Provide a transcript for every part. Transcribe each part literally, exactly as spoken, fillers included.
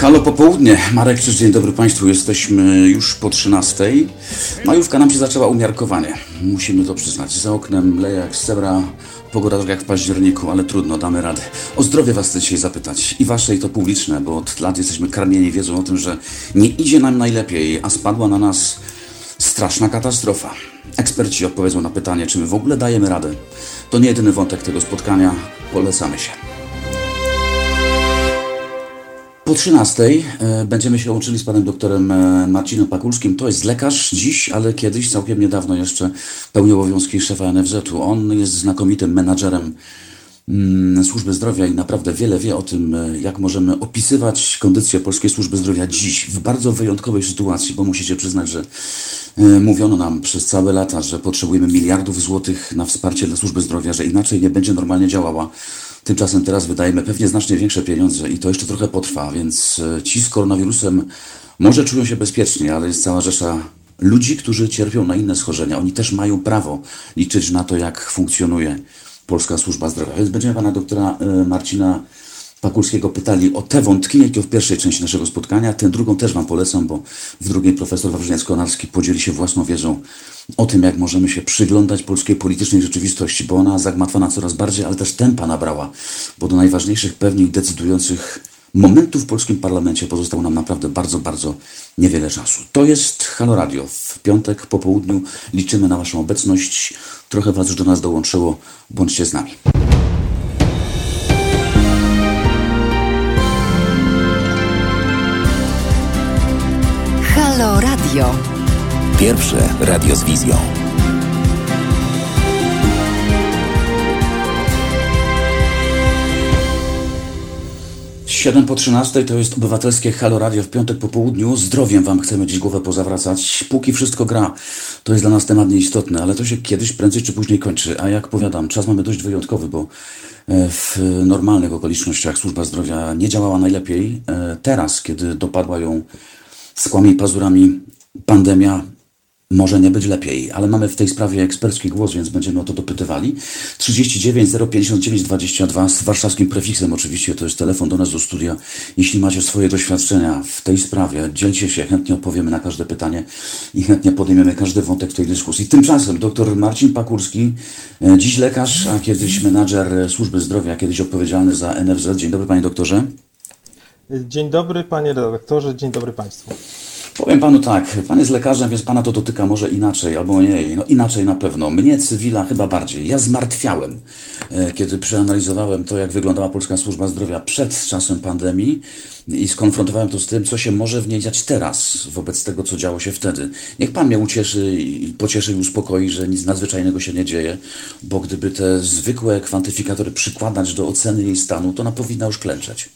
Halo, popołudnie. Marek Czyż, dzień dobry Państwu. Jesteśmy już po trzynastej. Majówka nam się zaczęła umiarkowanie. Musimy to przyznać. Za oknem leje jak z cebra, pogoda trochę jak w październiku, ale trudno, damy radę. O zdrowie Was chcę dzisiaj zapytać. I Wasze, i to publiczne, bo od lat jesteśmy karmieni wiedzą o tym, że nie idzie nam najlepiej, a spadła na nas straszna katastrofa. Eksperci odpowiedzą na pytanie, czy my w ogóle dajemy radę. To nie jedyny wątek tego spotkania. Polecamy się. Po trzynastej e, będziemy się łączyli z panem doktorem e, Marcinem Pakulskim. To jest lekarz dziś, ale kiedyś, całkiem niedawno jeszcze pełnił obowiązki szefa N F Z u. On jest znakomitym menadżerem mm, służby zdrowia i naprawdę wiele wie o tym, e, jak możemy opisywać kondycję polskiej służby zdrowia dziś, w bardzo wyjątkowej sytuacji, bo musicie przyznać, że e, mówiono nam przez całe lata, że potrzebujemy miliardów złotych na wsparcie dla służby zdrowia, że inaczej nie będzie normalnie działała. Tymczasem teraz wydajemy pewnie znacznie większe pieniądze i to jeszcze trochę potrwa, więc ci z koronawirusem może czują się bezpiecznie, ale jest cała rzesza ludzi, którzy cierpią na inne schorzenia. Oni też mają prawo liczyć na to, jak funkcjonuje polska służba zdrowia. Więc będziemy pana doktora Marcina Pakulskiego pytali o te wątki, jakie w pierwszej części naszego spotkania. Tę drugą też wam polecam, bo w drugiej profesor Wawrzyniec-Konarski podzieli się własną wiedzą o tym, jak możemy się przyglądać polskiej politycznej rzeczywistości, bo ona zagmatwana coraz bardziej, ale też tempa nabrała, bo do najważniejszych, pewnie decydujących momentów w polskim parlamencie pozostało nam naprawdę bardzo, bardzo niewiele czasu. To jest Halo Radio. W piątek po południu liczymy na waszą obecność. Trochę was już do nas dołączyło. Bądźcie z nami. Halo Radio. Pierwsze radio z wizją. siedem po trzynastej to jest obywatelskie Halo Radio w piątek po południu. Zdrowiem wam chcemy dziś głowę pozawracać. Póki wszystko gra, to jest dla nas temat nieistotny, ale to się kiedyś, prędzej czy później kończy. A jak powiadam, czas mamy dość wyjątkowy, bo w normalnych okolicznościach służba zdrowia nie działała najlepiej. Teraz, kiedy dopadła ją skłami pazurami pandemia, może nie być lepiej, ale mamy w tej sprawie ekspercki głos, więc będziemy o to dopytywali. trzydzieści dziewięć zero pięćdziesiąt dziewięć dwadzieścia dwa z warszawskim prefiksem oczywiście, to jest telefon do nas do studia. Jeśli macie swoje doświadczenia w tej sprawie, dzielcie się, chętnie odpowiemy na każde pytanie i chętnie podejmiemy każdy wątek w tej dyskusji. Tymczasem dr Marcin Pakulski, dziś lekarz, a kiedyś menadżer służby zdrowia, kiedyś odpowiedzialny za N F Z. Dzień dobry panie doktorze. Dzień dobry panie redaktorze, dzień dobry państwu. Powiem panu tak, pan jest lekarzem, więc pana to dotyka może inaczej, albo nie, no inaczej na pewno. Mnie, cywila, chyba bardziej. Ja zmartwiałem, kiedy przeanalizowałem to, jak wyglądała polska służba zdrowia przed czasem pandemii i skonfrontowałem to z tym, co się może w niej dziać teraz, wobec tego, co działo się wtedy. Niech pan mnie ucieszy i pocieszy i uspokoi, że nic nadzwyczajnego się nie dzieje, bo gdyby te zwykłe kwantyfikatory przykładać do oceny jej stanu, to ona powinna już klęczeć.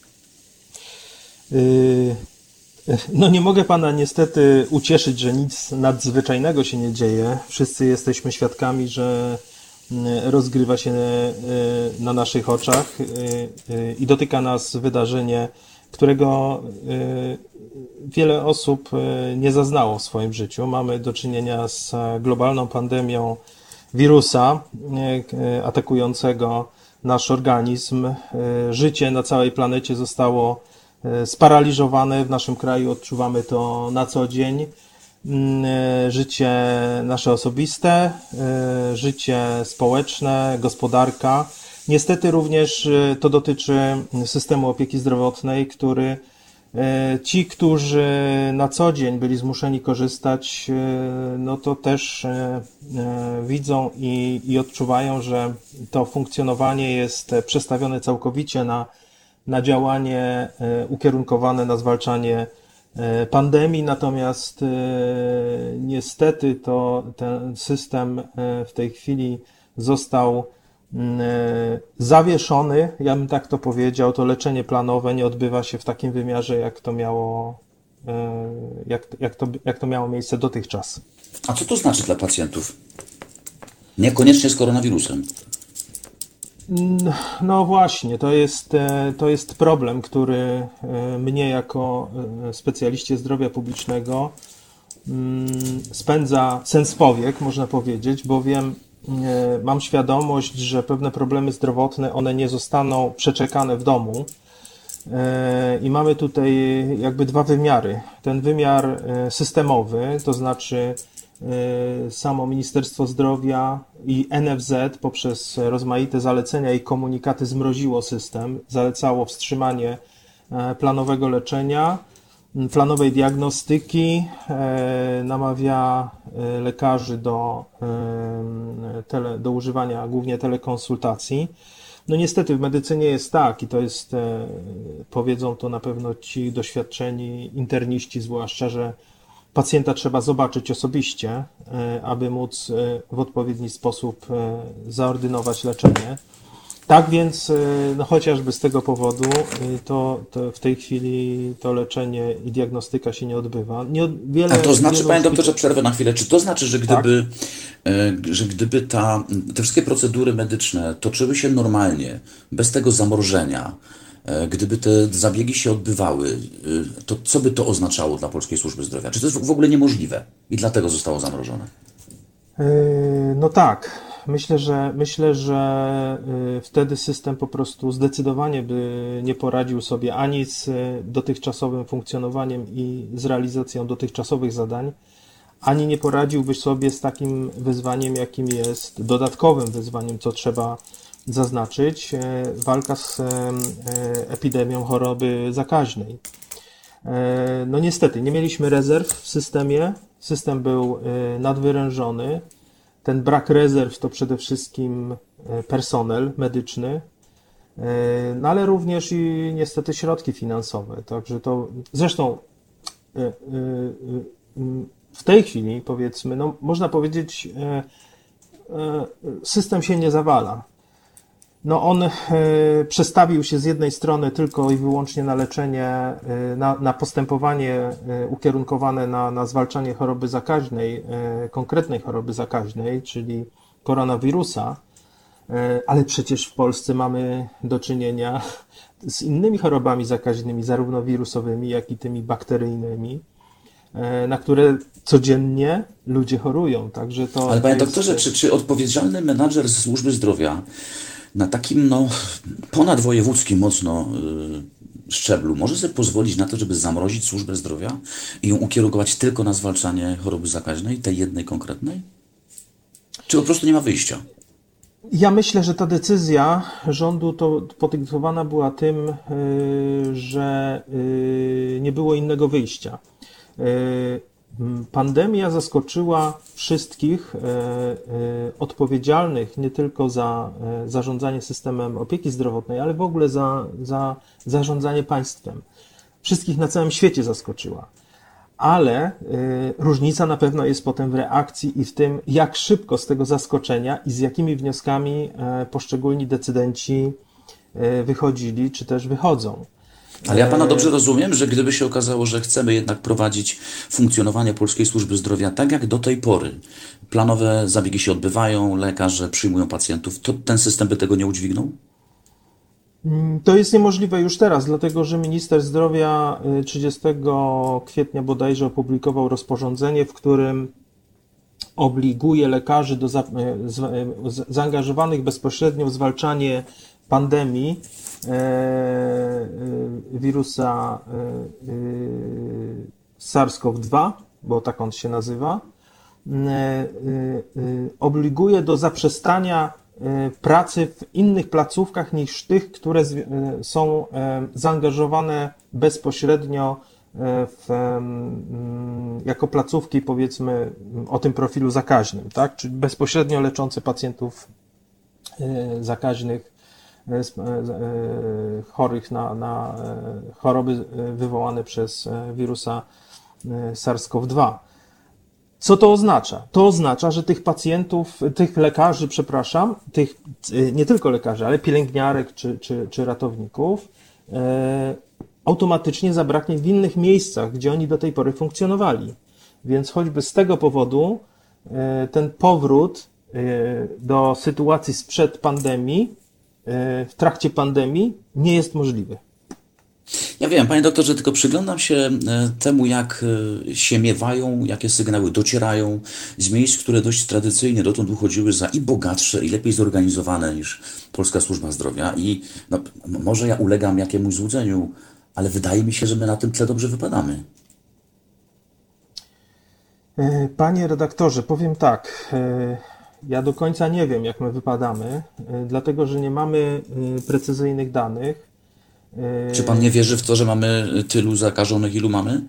Yy... No nie mogę pana niestety ucieszyć, że nic nadzwyczajnego się nie dzieje. Wszyscy jesteśmy świadkami, że rozgrywa się na naszych oczach i dotyka nas wydarzenie, którego wiele osób nie zaznało w swoim życiu. Mamy do czynienia z globalną pandemią wirusa atakującego nasz organizm. Życie na całej planecie zostało sparaliżowane. W naszym kraju odczuwamy to na co dzień. Życie nasze osobiste, życie społeczne, gospodarka. Niestety również to dotyczy systemu opieki zdrowotnej, który ci, którzy na co dzień byli zmuszeni korzystać, no to też widzą i, i odczuwają, że to funkcjonowanie jest przestawione całkowicie na na działanie ukierunkowane na zwalczanie pandemii, natomiast niestety to ten system w tej chwili został zawieszony, ja bym tak to powiedział, to leczenie planowe nie odbywa się w takim wymiarze, jak to miało, jak, jak to, jak to miało miejsce dotychczas. A co to znaczy dla pacjentów? Niekoniecznie z koronawirusem. No właśnie, to jest, to jest problem, który mnie jako specjaliście zdrowia publicznego spędza sens powiek, można powiedzieć, bowiem mam świadomość, że pewne problemy zdrowotne, one nie zostaną przeczekane w domu, I mamy tutaj jakby dwa wymiary. Ten wymiar systemowy, to znaczy samo Ministerstwo Zdrowia i N F Z poprzez rozmaite zalecenia i komunikaty zmroziło system, zalecało wstrzymanie planowego leczenia, planowej diagnostyki, namawia lekarzy do, tele, do używania głównie telekonsultacji. No niestety w medycynie jest tak i to jest, powiedzą to na pewno ci doświadczeni interniści zwłaszcza, że pacjenta trzeba zobaczyć osobiście, aby móc w odpowiedni sposób zaordynować leczenie. Tak więc, no chociażby z tego powodu, to, to w tej chwili to leczenie i diagnostyka się nie odbywa. Nie od, wiele, A to znaczy, wielu... panie doktorze, przerwę na chwilę, czy to znaczy, że gdyby, tak? że gdyby ta, te wszystkie procedury medyczne toczyły się normalnie, bez tego zamrożenia, gdyby te zabiegi się odbywały, to co by to oznaczało dla Polskiej Służby Zdrowia? Czy to jest w ogóle niemożliwe i dlatego zostało zamrożone? No tak. Myślę, że myślę, że wtedy system po prostu zdecydowanie by nie poradził sobie ani z dotychczasowym funkcjonowaniem i z realizacją dotychczasowych zadań, ani nie poradziłby sobie z takim wyzwaniem, jakim jest dodatkowym wyzwaniem, co trzeba zaznaczyć, walka z epidemią choroby zakaźnej. No niestety, nie mieliśmy rezerw w systemie, system był nadwyrężony. Ten brak rezerw to przede wszystkim personel medyczny, no ale również i niestety środki finansowe. Także to zresztą w tej chwili, powiedzmy, no można powiedzieć, system się nie zawala. No on przestawił się z jednej strony tylko i wyłącznie na leczenie, na, na postępowanie ukierunkowane na, na zwalczanie choroby zakaźnej, konkretnej choroby zakaźnej, czyli koronawirusa, ale przecież w Polsce mamy do czynienia z innymi chorobami zakaźnymi, zarówno wirusowymi, jak i tymi bakteryjnymi, na które codziennie ludzie chorują. Także to, ale panie to jest... doktorze, czy, czy odpowiedzialny menadżer z służby zdrowia na takim no, ponadwojewódzkim mocno y, szczeblu może sobie pozwolić na to, żeby zamrozić służbę zdrowia i ją ukierunkować tylko na zwalczanie choroby zakaźnej, tej jednej konkretnej? Czy po prostu nie ma wyjścia? Ja myślę, że ta decyzja rządu to podyktowana była tym, y, że y, nie było innego wyjścia. Y, Pandemia zaskoczyła wszystkich odpowiedzialnych nie tylko za zarządzanie systemem opieki zdrowotnej, ale w ogóle za, za zarządzanie państwem. Wszystkich na całym świecie zaskoczyła. Ale różnica na pewno jest potem w reakcji i w tym, jak szybko z tego zaskoczenia i z jakimi wnioskami poszczególni decydenci wychodzili, czy też wychodzą. Ale ja pana dobrze rozumiem, że gdyby się okazało, że chcemy jednak prowadzić funkcjonowanie Polskiej Służby Zdrowia tak jak do tej pory, planowe zabiegi się odbywają, lekarze przyjmują pacjentów, to ten system by tego nie udźwignął? To jest niemożliwe już teraz, dlatego że minister zdrowia trzydziestego kwietnia bodajże opublikował rozporządzenie, w którym obliguje lekarzy do za, z, z, zaangażowanych bezpośrednio w zwalczanie pandemii e, wirusa e, SARS-CoV dwa, bo tak on się nazywa, e, e, obliguje do zaprzestania pracy w innych placówkach niż tych, które są zaangażowane bezpośrednio w, jako placówki, powiedzmy, o tym profilu zakaźnym, tak? Czyli bezpośrednio leczące pacjentów zakaźnych, chorych na, na choroby wywołane przez wirusa SARS-CoV dwa. Co to oznacza? To oznacza, że tych pacjentów, tych lekarzy, przepraszam, tych nie tylko lekarzy, ale pielęgniarek czy, czy, czy ratowników e, automatycznie zabraknie w innych miejscach, gdzie oni do tej pory funkcjonowali. Więc choćby z tego powodu e, ten powrót e, do sytuacji sprzed pandemii, e, w trakcie pandemii nie jest możliwy. Ja wiem, panie doktorze, tylko przyglądam się e, temu, jak e, się miewają, jakie sygnały docierają z miejsc, które dość tradycyjnie dotąd uchodziły za i bogatsze, i lepiej zorganizowane niż Polska Służba Zdrowia. I no, m- może ja ulegam jakiemuś złudzeniu, ale wydaje mi się, że my na tym tle dobrze wypadamy. E, Panie redaktorze, powiem tak. e, Ja do końca nie wiem, jak my wypadamy, e, dlatego że nie mamy e, precyzyjnych danych. Czy pan nie wierzy w to, że mamy tylu zakażonych, ilu mamy?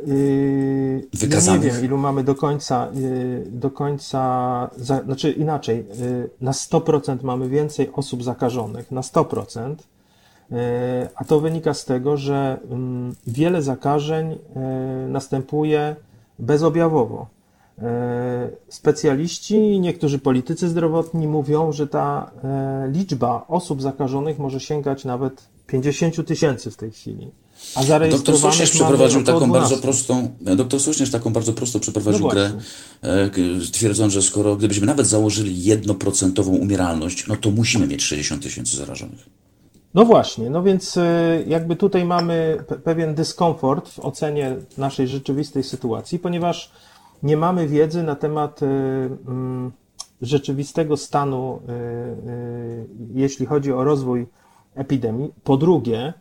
Yy, Ja nie Wykazanych? wiem, ilu mamy do końca, yy, do końca, za, znaczy inaczej, yy, na sto procent mamy więcej osób zakażonych, na sto procent, yy, a to wynika z tego, że mm, wiele zakażeń yy, następuje bezobjawowo. Yy, Specjaliści i niektórzy politycy zdrowotni mówią, że ta yy, liczba osób zakażonych może sięgać nawet pięćdziesiąt tysięcy w tej chwili, a Doktor zarejestrowanych Sośnierz mamy przeprowadził około taką bardzo dwanaście. prostą, doktor Sośnierz taką bardzo prostą No przeprowadził grę, właśnie. e, k- twierdząc, że skoro gdybyśmy nawet założyli jednoprocentową umieralność, no to musimy mieć sześćdziesiąt tysięcy zarażonych. No właśnie, no więc y, jakby tutaj mamy pe- pewien dyskomfort w ocenie naszej rzeczywistej sytuacji, ponieważ nie mamy wiedzy na temat y, mm, rzeczywistego stanu, y, y, jeśli chodzi o rozwój epidemii. Po drugie,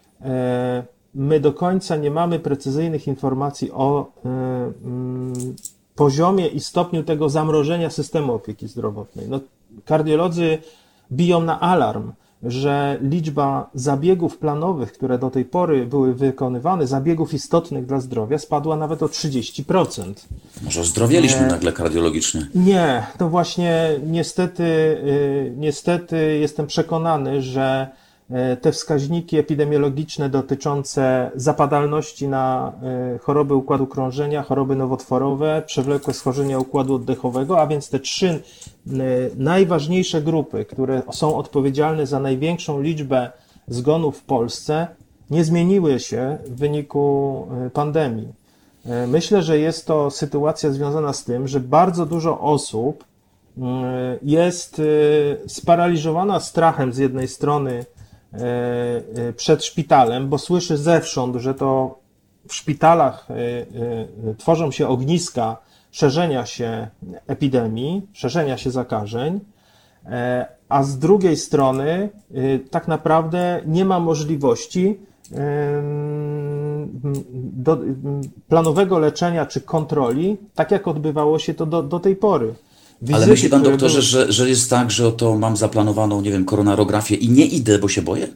e, my do końca nie mamy precyzyjnych informacji o e, mm, poziomie i stopniu tego zamrożenia systemu opieki zdrowotnej. No, kardiolodzy biją na alarm, że liczba zabiegów planowych, które do tej pory były wykonywane, zabiegów istotnych dla zdrowia, spadła nawet o trzydzieści procent. Może ozdrowieliśmy nagle kardiologicznie. Nie, to właśnie niestety, y, niestety jestem przekonany, że y, te wskaźniki epidemiologiczne dotyczące zapadalności na y, choroby układu krążenia, choroby nowotworowe, przewlekłe schorzenia układu oddechowego, a więc te trzy y, najważniejsze grupy, które są odpowiedzialne za największą liczbę zgonów w Polsce, nie zmieniły się w wyniku y, pandemii. Myślę, że jest to sytuacja związana z tym, że bardzo dużo osób y, jest y, sparaliżowana strachem z jednej strony y, y, przed szpitalem, bo słyszy zewsząd, że to w szpitalach y, y, tworzą się ogniska szerzenia się epidemii, szerzenia się zakażeń, e, a z drugiej strony y, tak naprawdę nie ma możliwości ym, do, ym, planowego leczenia czy kontroli, tak jak odbywało się to do, do tej pory. Ale Wizyty, myśli pan, które doktorze, były- że, że jest tak, że oto mam zaplanowaną, nie wiem, koronarografię i nie idę, bo się boję?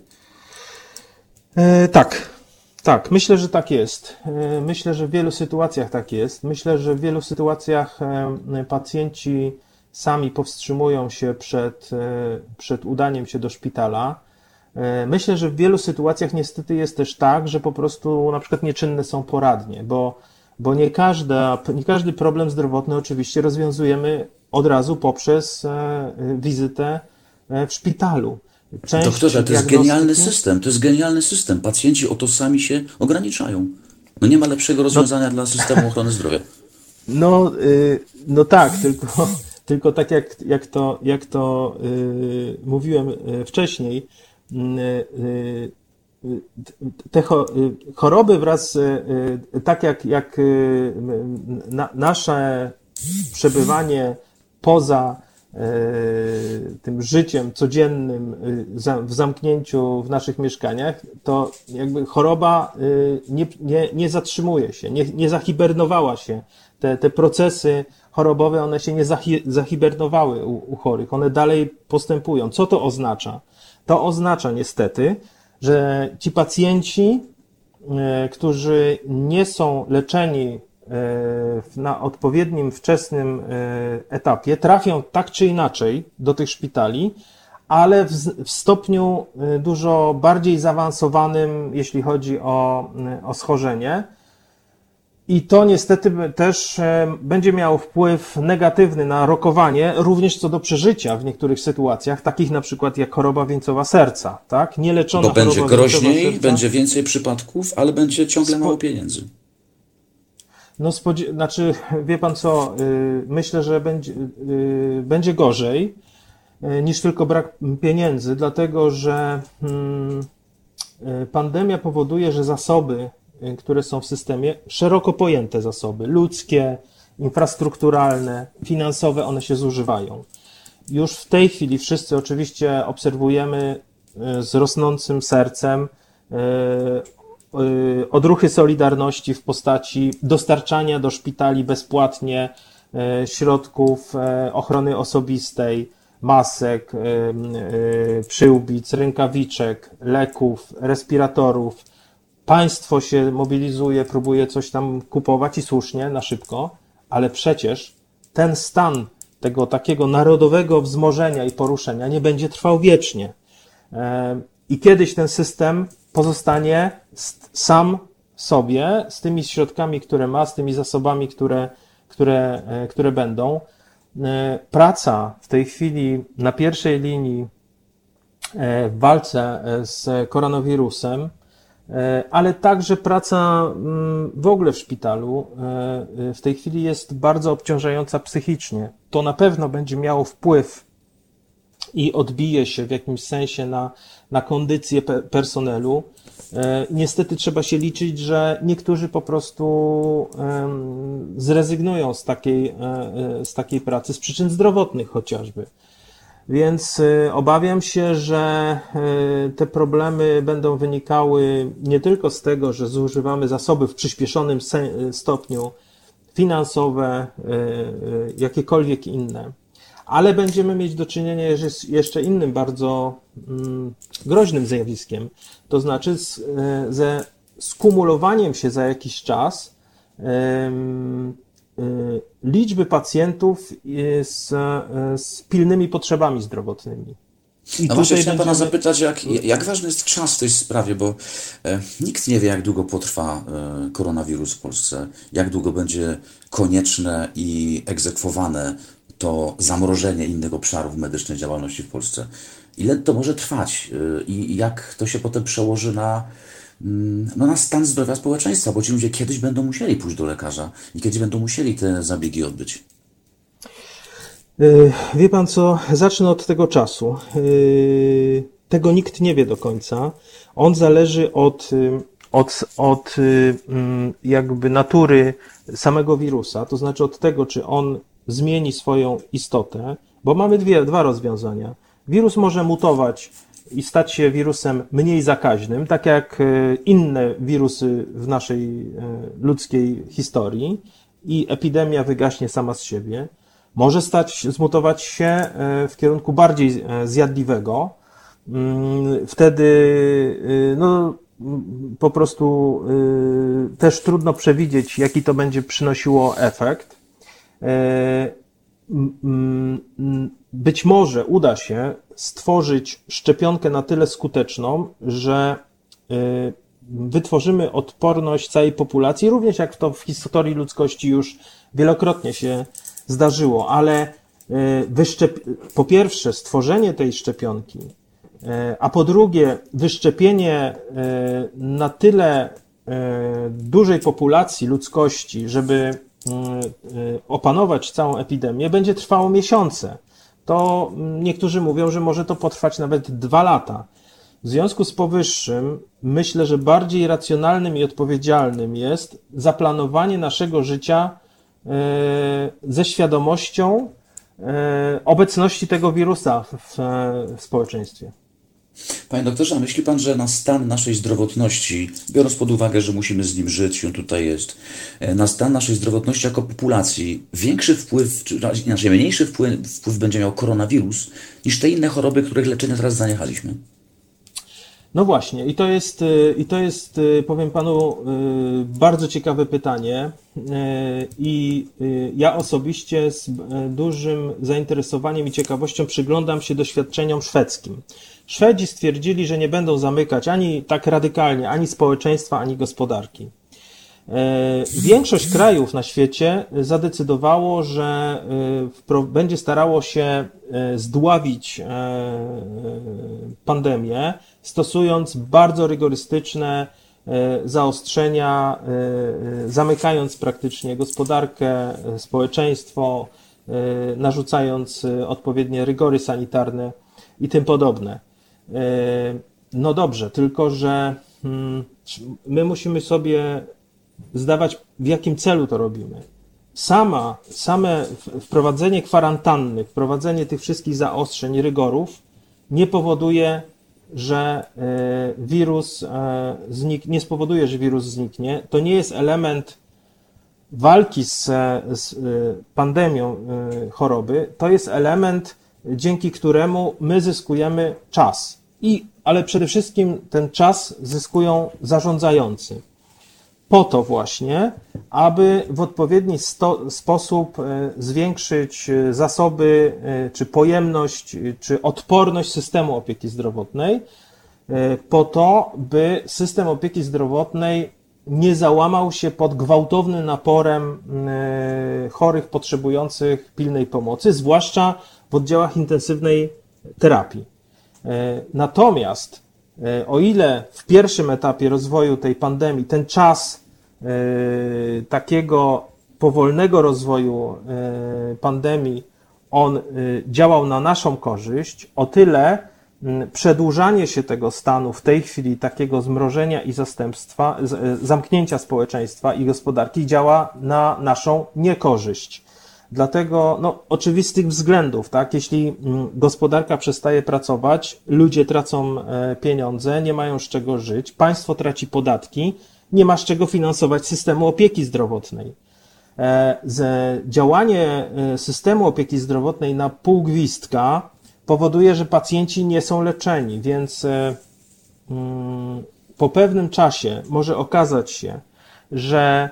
E, tak, tak, myślę, że tak jest. E, Myślę, że w wielu sytuacjach tak jest. Myślę, że w wielu sytuacjach e, pacjenci sami powstrzymują się przed, e, przed udaniem się do szpitala. E, Myślę, że w wielu sytuacjach niestety jest też tak, że po prostu na przykład nieczynne są poradnie, bo, bo nie, każda, nie każdy problem zdrowotny oczywiście rozwiązujemy od razu poprzez e, wizytę e, w szpitalu. Część Doktorze, to jest diagnostyki- genialny system, to jest genialny system. Pacjenci o to sami się ograniczają. No nie ma lepszego rozwiązania dla systemu ochrony zdrowia. No, y, no tak, tylko, tylko tak jak, jak to, jak to y, mówiłem y, wcześniej, y, y, y, te cho- y, choroby wraz, y, y, tak jak, jak y, na, nasze przebywanie poza y, tym życiem codziennym y, za- w zamknięciu w naszych mieszkaniach, to jakby choroba y, nie, nie, nie zatrzymuje się, nie, nie zahibernowała się. Te, te procesy chorobowe, one się nie zahi, zahibernowały u, u chorych, one dalej postępują. Co to oznacza? To oznacza niestety, że ci pacjenci, e, którzy nie są leczeni e, w- na odpowiednim, wczesnym e, etapie, trafią tak czy inaczej do tych szpitali, ale w, z- w stopniu e, dużo bardziej zaawansowanym, jeśli chodzi o, e, o schorzenie. I to niestety b- też e, będzie miało wpływ negatywny na rokowanie, również co do przeżycia w niektórych sytuacjach, takich na przykład jak choroba wieńcowa serca, tak? Nieleczona Bo będzie choroba wieńcowa groźniej, serca. będzie więcej przypadków, ale będzie ciągle mało pieniędzy. No, spodzie- znaczy, wie pan co, y, myślę, że będzie, y, będzie gorzej y, niż tylko brak pieniędzy, dlatego że mm, pandemia powoduje, że zasoby, które są w systemie, szeroko pojęte zasoby, ludzkie, infrastrukturalne, finansowe, one się zużywają. Już w tej chwili wszyscy oczywiście obserwujemy z rosnącym sercem odruchy solidarności w postaci dostarczania do szpitali bezpłatnie środków ochrony osobistej, masek, przyłbic, rękawiczek, leków, respiratorów. Państwo się mobilizuje, próbuje coś tam kupować i słusznie, na szybko, ale przecież ten stan tego takiego narodowego wzmożenia i poruszenia nie będzie trwał wiecznie. I kiedyś ten system pozostanie sam sobie z tymi środkami, które ma, z tymi zasobami, które, które, które będą. Praca w tej chwili na pierwszej linii w walce z koronawirusem, ale także praca w ogóle w szpitalu w tej chwili jest bardzo obciążająca psychicznie. To na pewno będzie miało wpływ i odbije się w jakimś sensie na, na kondycję pe- personelu. Niestety trzeba się liczyć, że niektórzy po prostu zrezygnują z takiej, z takiej pracy, z przyczyn zdrowotnych chociażby. Więc obawiam się, że te problemy będą wynikały nie tylko z tego, że zużywamy zasoby w przyspieszonym stopniu finansowe, jakiekolwiek inne, ale będziemy mieć do czynienia z jeszcze innym bardzo groźnym zjawiskiem, to znaczy z, ze skumulowaniem się za jakiś czas liczby pacjentów z, z pilnymi potrzebami zdrowotnymi. I no właśnie chciałem będziemy... pana zapytać, jak, jak ważny jest czas w tej sprawie, bo e, nikt nie wie, jak długo potrwa e, koronawirus w Polsce, jak długo będzie konieczne i egzekwowane to zamrożenie innych obszarów medycznej działalności w Polsce. Ile to może trwać e, i jak to się potem przełoży na, no, na stan zdrowia społeczeństwa, bo ci ludzie kiedyś będą musieli pójść do lekarza i kiedyś będą musieli te zabiegi odbyć. Wie pan co, zacznę od tego czasu. Tego nikt nie wie do końca. On zależy od, od, od jakby natury samego wirusa, to znaczy od tego, czy on zmieni swoją istotę, bo mamy dwie, dwa rozwiązania. Wirus może mutować i stać się wirusem mniej zakaźnym, tak jak inne wirusy w naszej ludzkiej historii i epidemia wygaśnie sama z siebie. Może stać, zmutować się w kierunku bardziej zjadliwego. Wtedy no, po prostu też trudno przewidzieć, jaki to będzie przynosiło efekt. Być może uda się stworzyć szczepionkę na tyle skuteczną, że wytworzymy odporność całej populacji, również jak to w historii ludzkości już wielokrotnie się zdarzyło, ale wyszczep... po pierwsze stworzenie tej szczepionki, a po drugie wyszczepienie na tyle dużej populacji ludzkości, żeby opanować całą epidemię, będzie trwało miesiące. To niektórzy mówią, że może to potrwać nawet dwa lata. W związku z powyższym myślę, że bardziej racjonalnym i odpowiedzialnym jest zaplanowanie naszego życia ze świadomością obecności tego wirusa w, w społeczeństwie. Panie doktorze, a myśli pan, że na stan naszej zdrowotności, biorąc pod uwagę, że musimy z nim żyć i on tutaj jest, na stan naszej zdrowotności jako populacji większy wpływ, czy inaczej mniejszy wpływ, wpływ będzie miał koronawirus niż te inne choroby, których leczenia teraz zaniechaliśmy? No właśnie, i to jest, i to jest, powiem panu, bardzo ciekawe pytanie i ja osobiście z dużym zainteresowaniem i ciekawością przyglądam się doświadczeniom szwedzkim. Szwedzi stwierdzili, że nie będą zamykać ani tak radykalnie, ani społeczeństwa, ani gospodarki. Większość krajów na świecie zadecydowało, że będzie starało się zdławić pandemię, stosując bardzo rygorystyczne zaostrzenia, zamykając praktycznie gospodarkę, społeczeństwo, narzucając odpowiednie rygory sanitarne i tym podobne. No dobrze, tylko że my musimy sobie zdawać, w jakim celu to robimy. Sama, same wprowadzenie kwarantanny, wprowadzenie tych wszystkich zaostrzeń, rygorów nie powoduje, że wirus znik, nie spowoduje, że wirus zniknie. To nie jest element walki z, z pandemią choroby, to jest element, dzięki któremu my zyskujemy czas. I, ale przede wszystkim ten czas zyskują zarządzający. Po to właśnie, aby w odpowiedni sto, sposób zwiększyć zasoby, czy pojemność, czy odporność systemu opieki zdrowotnej, po to, by system opieki zdrowotnej nie załamał się pod gwałtownym naporem chorych potrzebujących pilnej pomocy, zwłaszcza w oddziałach intensywnej terapii. Natomiast o ile w pierwszym etapie rozwoju tej pandemii ten czas takiego powolnego rozwoju pandemii on działał na naszą korzyść, o tyle przedłużanie się tego stanu w tej chwili takiego zmrożenia i zastępstwa, zamknięcia społeczeństwa i gospodarki działa na naszą niekorzyść. Dlatego, no, oczywistych względów, tak, jeśli gospodarka przestaje pracować, ludzie tracą pieniądze, nie mają z czego żyć, państwo traci podatki, nie ma z czego finansować systemu opieki zdrowotnej. Działanie systemu opieki zdrowotnej na pół gwizdka powoduje, że pacjenci nie są leczeni, więc po pewnym czasie może okazać się, że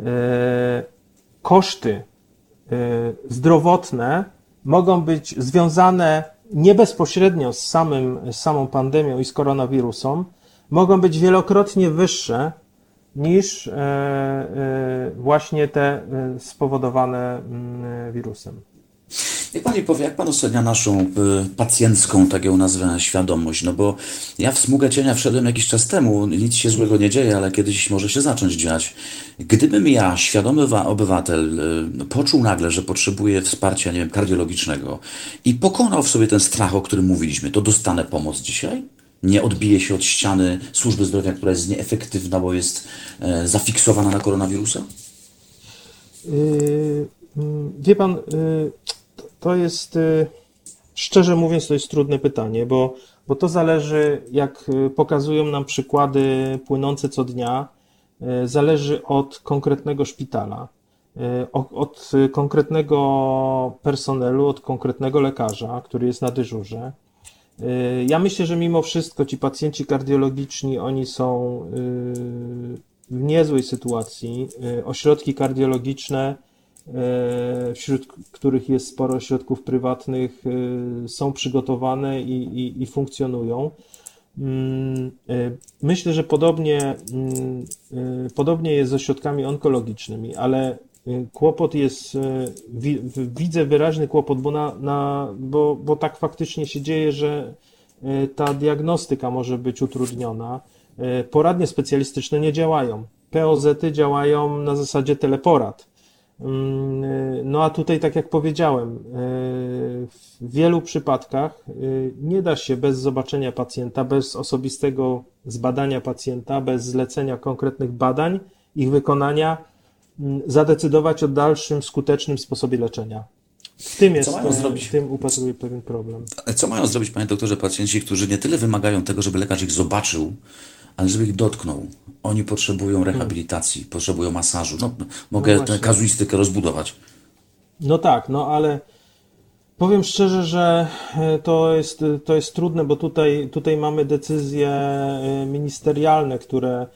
koszty zdrowotne mogą być związane nie bezpośrednio z, samym, z samą pandemią i z koronawirusem, mogą być wielokrotnie wyższe niż właśnie te spowodowane wirusem. Niech Pani powie, jak Pan ocenia naszą y, pacjencką, tak ją nazwę, świadomość, no bo ja w smugę cienia wszedłem jakiś czas temu, nic się złego nie dzieje, ale kiedyś może się zacząć dziać. Gdybym ja, świadomy obywatel, y, poczuł nagle, że potrzebuje wsparcia, nie wiem, kardiologicznego i pokonał w sobie ten strach, o którym mówiliśmy, to dostanę pomoc dzisiaj? Nie odbije się od ściany służby zdrowia, która jest nieefektywna, bo jest y, zafiksowana na koronawirusa? Yy, wie Pan... Yy... To jest, szczerze mówiąc, to jest trudne pytanie, bo, bo to zależy, jak pokazują nam przykłady płynące co dnia, zależy od konkretnego szpitala, od konkretnego personelu, od konkretnego lekarza, który jest na dyżurze. Ja myślę, że mimo wszystko ci pacjenci kardiologiczni, oni są w niezłej sytuacji. Ośrodki kardiologiczne, wśród których jest sporo ośrodków prywatnych, są przygotowane i, i, i funkcjonują. Myślę, że podobnie, podobnie jest z ośrodkami onkologicznymi, ale kłopot jest, widzę wyraźny kłopot, bo, na, na, bo, bo tak faktycznie się dzieje, że ta diagnostyka może być utrudniona. Poradnie specjalistyczne nie działają. P O Z-y działają na zasadzie teleporad. No a tutaj, tak jak powiedziałem, w wielu przypadkach nie da się bez zobaczenia pacjenta, bez osobistego zbadania pacjenta, bez zlecenia konkretnych badań, ich wykonania, zadecydować o dalszym skutecznym sposobie leczenia. W tym jest, w tym upatruję pewien problem. Co mają zrobić, panie doktorze, pacjenci, którzy nie tyle wymagają tego, żeby lekarz ich zobaczył, ale żeby ich dotknął? Oni potrzebują rehabilitacji, hmm. potrzebują masażu. No, mogę no tę kazuistykę rozbudować. No tak, no ale powiem szczerze, że to jest, to jest trudne, bo tutaj, tutaj mamy decyzje ministerialne, które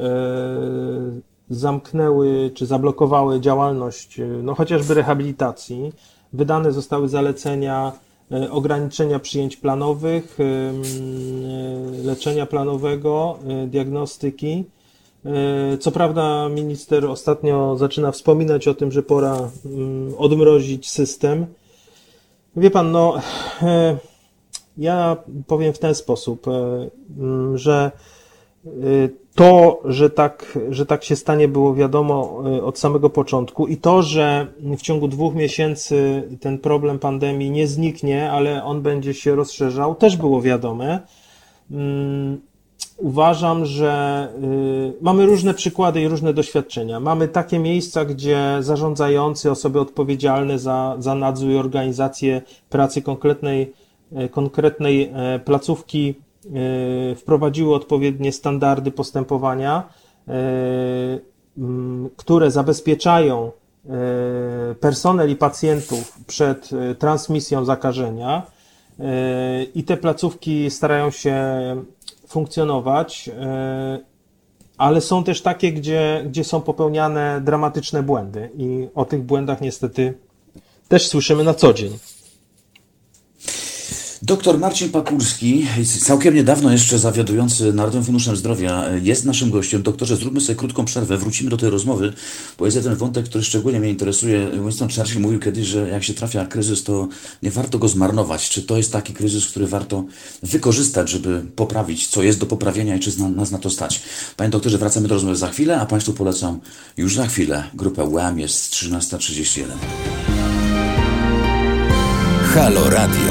zamknęły czy zablokowały działalność, no chociażby rehabilitacji. Wydane zostały zalecenia ograniczenia przyjęć planowych, leczenia planowego, diagnostyki. Co prawda minister ostatnio zaczyna wspominać o tym, że pora odmrozić system. Wie pan, no ja powiem w ten sposób, że to, że tak, że tak się stanie, było wiadomo od samego początku i to, że w ciągu dwóch miesięcy ten problem pandemii nie zniknie, ale on będzie się rozszerzał, też było wiadome. Uważam, że mamy różne przykłady i różne doświadczenia. Mamy takie miejsca, gdzie zarządzający, osoby odpowiedzialne za, za nadzór i organizację pracy konkretnej, konkretnej placówki wprowadziły odpowiednie standardy postępowania, które zabezpieczają personel i pacjentów przed transmisją zakażenia, i te placówki starają się funkcjonować, ale są też takie, gdzie, gdzie są popełniane dramatyczne błędy i o tych błędach niestety też słyszymy na co dzień. Doktor Marcin Pakulski, całkiem niedawno jeszcze zawiadujący Narodowym Funduszem Zdrowia, jest naszym gościem. Doktorze, zróbmy sobie krótką przerwę, wrócimy do tej rozmowy, bo jest jeden wątek, który szczególnie mnie interesuje. Winston Churchill mówił kiedyś, że jak się trafia kryzys, to nie warto go zmarnować. Czy to jest taki kryzys, który warto wykorzystać, żeby poprawić, co jest do poprawienia i czy nas na to stać? Panie doktorze, wracamy do rozmowy za chwilę, a Państwu polecam już za chwilę grupę Wham, jest trzynasta trzydzieści jeden. Halo Radio.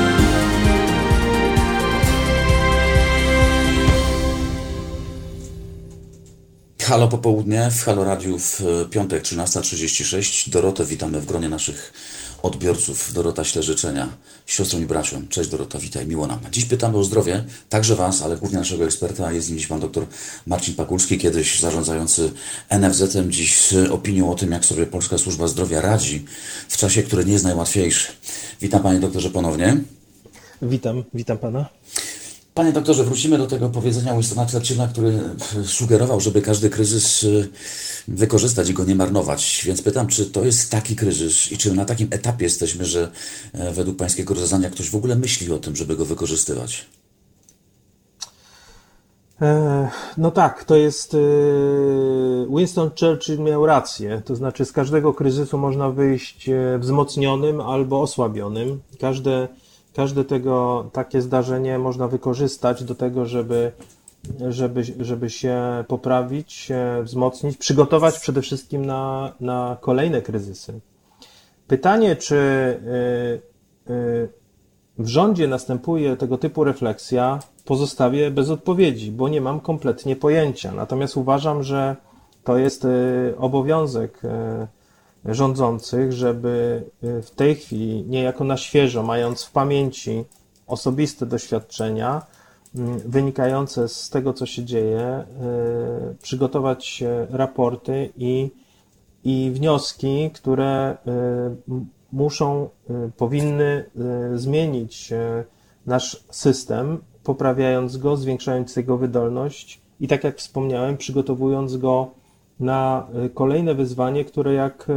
Halo popołudnie, w Halo Radiu w piątek trzynasta trzydzieści sześć. Dorotę witamy w gronie naszych odbiorców. Dorota śle życzenia siostrą i braciom. Cześć Dorota, witaj, miło nam. Dziś pytamy o zdrowie, także Was, ale głównie naszego eksperta. Jest nim dziś pan doktor Marcin Pakulski, kiedyś zarządzający N F Z-em, dziś z opinią o tym, jak sobie Polska Służba Zdrowia radzi w czasie, który nie jest najłatwiejszy. Witam panie doktorze ponownie. Witam, witam pana. Panie doktorze, wrócimy do tego powiedzenia Winstona Churchilla, który sugerował, żeby każdy kryzys wykorzystać i go nie marnować. Więc pytam, czy to jest taki kryzys i czy na takim etapie jesteśmy, że według pańskiego rozwiązania ktoś w ogóle myśli o tym, żeby go wykorzystywać? No tak, to jest... Winston Churchill miał rację. To znaczy z każdego kryzysu można wyjść wzmocnionym albo osłabionym. Każde Każde tego takie zdarzenie można wykorzystać do tego, żeby, żeby, żeby się poprawić, się wzmocnić, przygotować przede wszystkim na, na kolejne kryzysy. Pytanie, czy w rządzie następuje tego typu refleksja, pozostawię bez odpowiedzi, bo nie mam kompletnie pojęcia. Natomiast uważam, że to jest obowiązek rządzących, żeby w tej chwili, niejako na świeżo, mając w pamięci osobiste doświadczenia wynikające z tego, co się dzieje, przygotować raporty i, i wnioski, które muszą, powinny zmienić nasz system, poprawiając go, zwiększając jego wydolność i, tak jak wspomniałem, przygotowując go na kolejne wyzwanie, które jak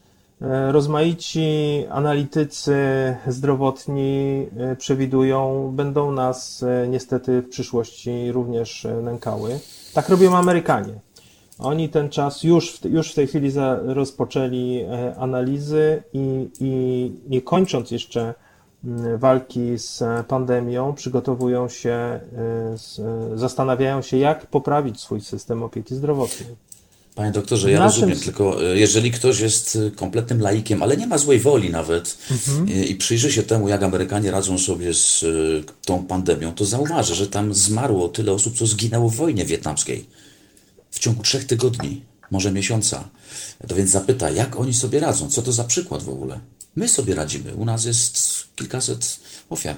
rozmaici analitycy zdrowotni przewidują, będą nas niestety w przyszłości również nękały. Tak robią Amerykanie. Oni ten czas już w, już w tej chwili za, rozpoczęli analizy i, i nie kończąc jeszcze walki z pandemią, przygotowują się, zastanawiają się, jak poprawić swój system opieki zdrowotnej. Panie doktorze, ja Naszym... rozumiem, tylko jeżeli ktoś jest kompletnym laikiem, ale nie ma złej woli nawet mhm. i przyjrzy się temu, jak Amerykanie radzą sobie z tą pandemią, to zauważy, że tam zmarło tyle osób, co zginęło w wojnie wietnamskiej w ciągu trzech tygodni, może miesiąca. To więc zapyta, jak oni sobie radzą, co to za przykład w ogóle? My sobie radzimy, u nas jest kilkaset ofiar.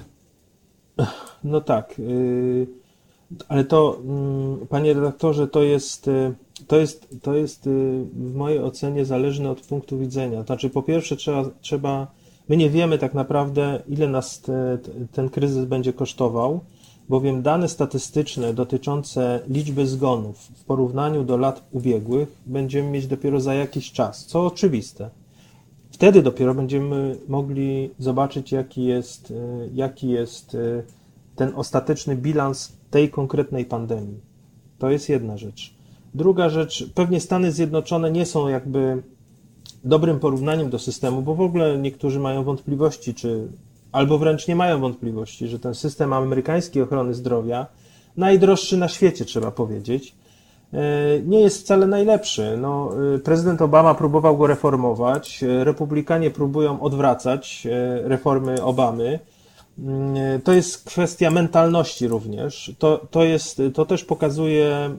No tak, yy, ale to, yy, panie redaktorze, to jest... Yy... To jest, to jest w mojej ocenie zależne od punktu widzenia. Znaczy, po pierwsze trzeba, trzeba, my nie wiemy tak naprawdę, ile nas te, ten kryzys będzie kosztował, bowiem dane statystyczne dotyczące liczby zgonów w porównaniu do lat ubiegłych będziemy mieć dopiero za jakiś czas, co oczywiste. Wtedy dopiero będziemy mogli zobaczyć, jaki jest, jaki jest ten ostateczny bilans tej konkretnej pandemii. To jest jedna rzecz. Druga rzecz, pewnie Stany Zjednoczone nie są jakby dobrym porównaniem do systemu, bo w ogóle niektórzy mają wątpliwości, czy albo wręcz nie mają wątpliwości, że ten system amerykańskiej ochrony zdrowia, najdroższy na świecie, trzeba powiedzieć, nie jest wcale najlepszy. No, prezydent Obama próbował go reformować, republikanie próbują odwracać reformy Obamy. To jest kwestia mentalności również. To, to, jest, to też pokazuje,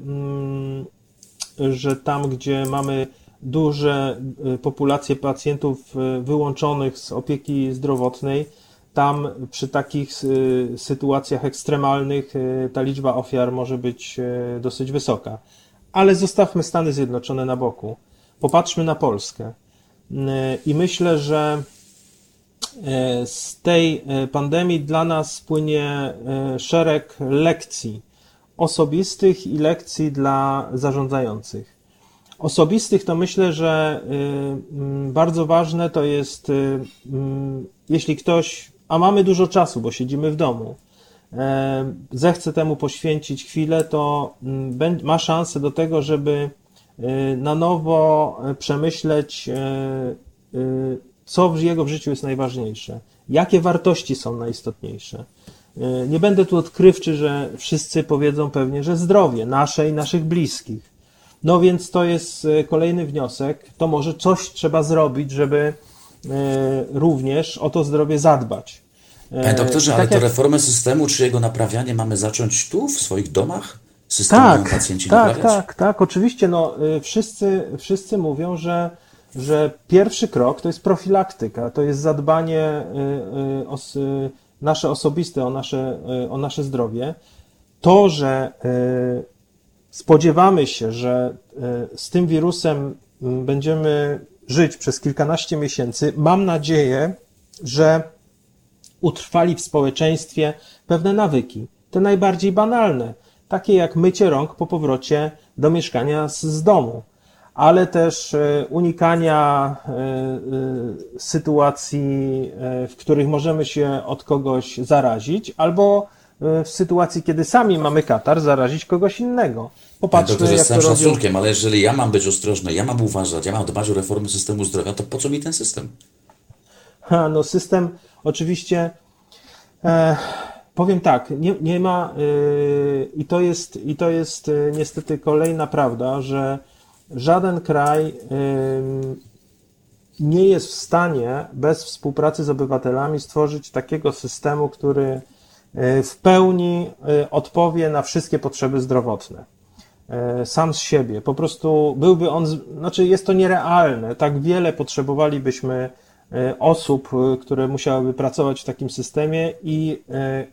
że tam, gdzie mamy duże populacje pacjentów wyłączonych z opieki zdrowotnej, tam przy takich sytuacjach ekstremalnych ta liczba ofiar może być dosyć wysoka. Ale zostawmy Stany Zjednoczone na boku. Popatrzmy na Polskę. I myślę, że z tej pandemii dla nas płynie szereg lekcji osobistych i lekcji dla zarządzających. Osobistych to myślę, że bardzo ważne to jest, jeśli ktoś, a mamy dużo czasu, bo siedzimy w domu, zechce temu poświęcić chwilę, to ma szansę do tego, żeby na nowo przemyśleć, co w jego życiu jest najważniejsze, jakie wartości są najistotniejsze. Nie będę tu odkrywczy, że wszyscy powiedzą pewnie, że zdrowie nasze i naszych bliskich. No więc to jest kolejny wniosek, to może coś trzeba zrobić, żeby również o to zdrowie zadbać. Panie doktorze, ale tak to jak... reformę systemu, czy jego naprawianie mamy zacząć tu, w swoich domach? Systemu Tak, pacjenci tak, naprawiać? tak, tak, oczywiście. No, wszyscy, wszyscy mówią, że, że pierwszy krok to jest profilaktyka, to jest zadbanie o nasze osobiste, o nasze, o nasze zdrowie. To, że spodziewamy się, że z tym wirusem będziemy żyć przez kilkanaście miesięcy, mam nadzieję, że utrwali w społeczeństwie pewne nawyki, te najbardziej banalne, takie jak mycie rąk po powrocie do mieszkania z, z domu, ale też unikania sytuacji, w których możemy się od kogoś zarazić, albo w sytuacji, kiedy sami mamy katar, zarazić kogoś innego. Popatrzmy, Doktorze, jak z całym to robią... szacunkiem, ale jeżeli ja mam być ostrożny, ja mam uważać, ja mam dbać o reformę systemu zdrowia, to po co mi ten system? Ha, no system oczywiście, e, powiem tak, nie, nie ma e, i to jest, i to jest e, niestety kolejna prawda, że żaden kraj e, nie jest w stanie bez współpracy z obywatelami stworzyć takiego systemu, który w pełni odpowie na wszystkie potrzeby zdrowotne. Sam z siebie. Po prostu byłby on, znaczy jest to nierealne. Tak wiele potrzebowalibyśmy osób, które musiałyby pracować w takim systemie i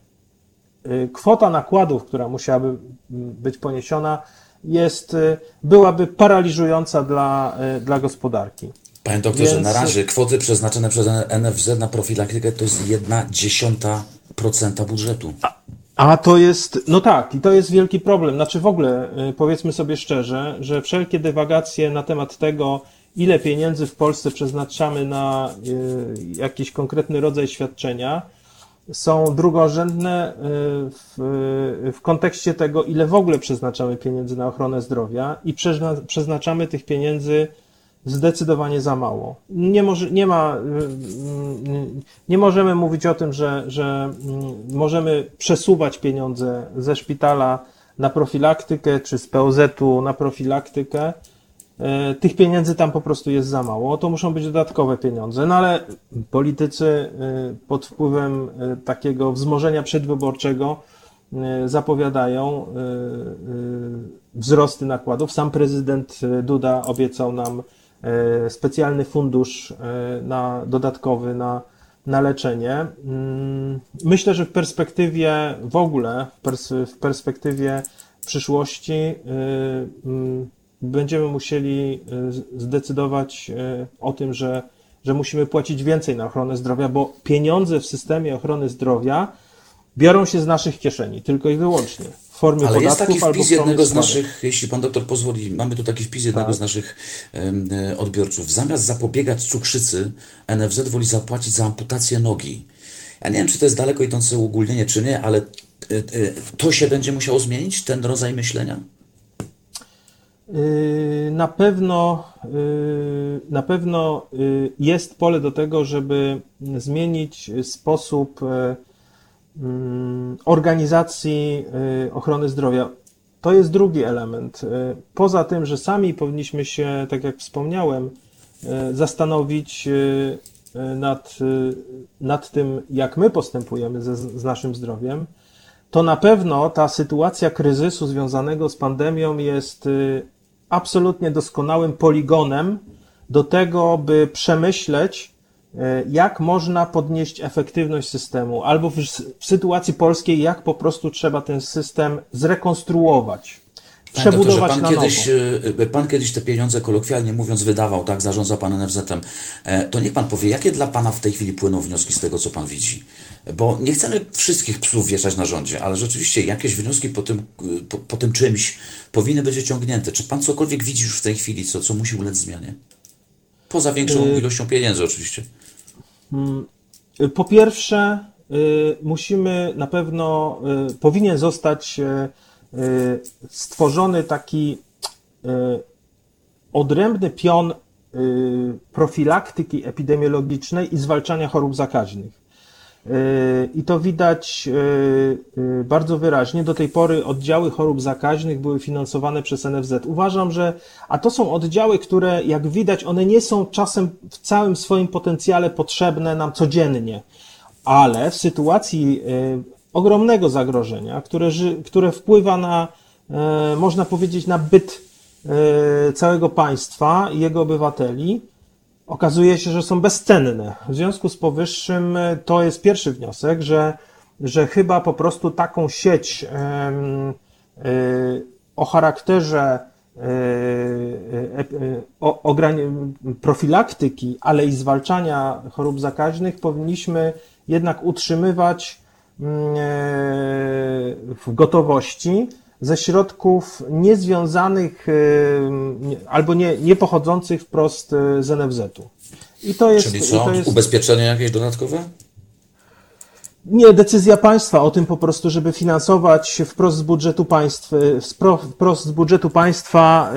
kwota nakładów, która musiałaby być poniesiona, jest, byłaby paraliżująca dla, dla gospodarki. Panie doktorze, Więc... na razie kwoty przeznaczone przez N F Z na profilaktykę to jest jedna dziesiąta procenta budżetu. A, a to jest, no tak, i to jest wielki problem. Znaczy w ogóle powiedzmy sobie szczerze, że wszelkie dywagacje na temat tego, ile pieniędzy w Polsce przeznaczamy na y, jakiś konkretny rodzaj świadczenia, są drugorzędne w, w kontekście tego, ile w ogóle przeznaczamy pieniędzy na ochronę zdrowia i przezna, przeznaczamy tych pieniędzy zdecydowanie za mało. Nie, może, nie ma, nie możemy mówić o tym, że, że możemy przesuwać pieniądze ze szpitala na profilaktykę, czy z P O Z-u na profilaktykę. Tych pieniędzy tam po prostu jest za mało. To muszą być dodatkowe pieniądze. No ale politycy pod wpływem takiego wzmożenia przedwyborczego zapowiadają wzrosty nakładów. Sam prezydent Duda obiecał nam specjalny fundusz na, dodatkowy na, na leczenie. Myślę, że w perspektywie w ogóle, w, pers w perspektywie przyszłości będziemy musieli zdecydować o tym, że, że musimy płacić więcej na ochronę zdrowia, bo pieniądze w systemie ochrony zdrowia biorą się z naszych kieszeni, tylko i wyłącznie. W formie Ale jest podatków taki albo wpis w formie jednego z składek. naszych, jeśli pan doktor pozwoli, mamy tu taki wpis jednego Tak. z naszych um, odbiorców. Zamiast zapobiegać cukrzycy, N F Z woli zapłacić za amputację nogi. Ja nie wiem, czy to jest daleko idące uogólnienie, czy nie, ale y, y, to się będzie musiało zmienić, ten rodzaj myślenia? Na pewno, na pewno jest pole do tego, żeby zmienić sposób organizacji ochrony zdrowia. To jest drugi element. Poza tym, że sami powinniśmy się, tak jak wspomniałem, zastanowić, nad, nad tym, jak my postępujemy ze, z naszym zdrowiem, to na pewno ta sytuacja kryzysu związanego z pandemią jest absolutnie doskonałym poligonem do tego, by przemyśleć, jak można podnieść efektywność systemu, albo w, w sytuacji polskiej, jak po prostu trzeba ten system zrekonstruować, Panie przebudować doktorze, na pan nowo. kiedyś, pan kiedyś te pieniądze, kolokwialnie mówiąc, wydawał, tak, zarządza pan N F Z-em. To niech pan powie, jakie dla pana w tej chwili płyną wnioski z tego, co pan widzi? Bo nie chcemy wszystkich psów wieszać na rządzie, ale rzeczywiście jakieś wnioski po tym, po, po tym czymś powinny być wyciągnięte. Czy pan cokolwiek widzi już w tej chwili, co, co musi ulec zmianie? Poza większą ilością pieniędzy oczywiście. Po pierwsze, musimy na pewno, powinien zostać stworzony taki odrębny pion profilaktyki epidemiologicznej i zwalczania chorób zakaźnych. I to widać bardzo wyraźnie. Do tej pory oddziały chorób zakaźnych były finansowane przez N F Z. Uważam, że, a to są oddziały, które jak widać, one nie są czasem w całym swoim potencjale potrzebne nam codziennie, ale w sytuacji ogromnego zagrożenia, które, które wpływa na, można powiedzieć, na byt całego państwa i jego obywateli, okazuje się, że są bezcenne. W związku z powyższym to jest pierwszy wniosek, że, że chyba po prostu taką sieć o charakterze profilaktyki, ale i zwalczania chorób zakaźnych powinniśmy jednak utrzymywać w gotowości ze środków niezwiązanych albo nie, nie pochodzących wprost z N F Z-u. I to jest, Czyli co? to jest... Ubezpieczenie jakieś dodatkowe? Nie, decyzja państwa o tym po prostu, żeby finansować wprost z budżetu państwa, wprost z budżetu państwa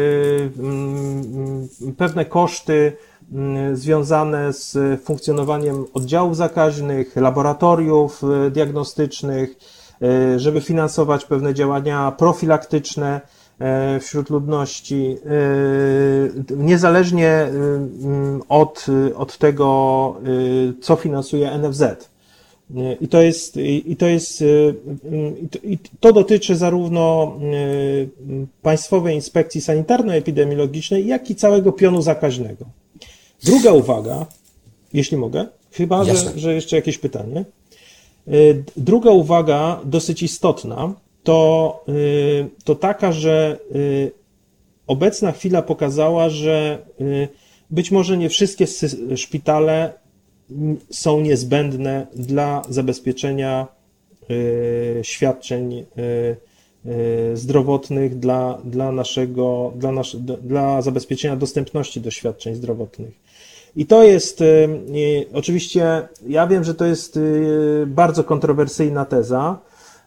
pewne koszty związane z funkcjonowaniem oddziałów zakaźnych, laboratoriów diagnostycznych, żeby finansować pewne działania profilaktyczne wśród ludności, niezależnie od, od tego, co finansuje N F Z. I to jest, i to jest, i to dotyczy zarówno Państwowej Inspekcji Sanitarno-Epidemiologicznej, jak i całego pionu zakaźnego. Druga uwaga, jeśli mogę, chyba, że, że jeszcze jakieś pytanie. Druga uwaga, dosyć istotna, to, to taka, że obecna chwila pokazała, że być może nie wszystkie szpitale są niezbędne dla zabezpieczenia świadczeń zdrowotnych, dla, dla naszego, dla, nasz, dla zabezpieczenia dostępności do świadczeń zdrowotnych. I to jest, oczywiście, ja wiem, że to jest bardzo kontrowersyjna teza,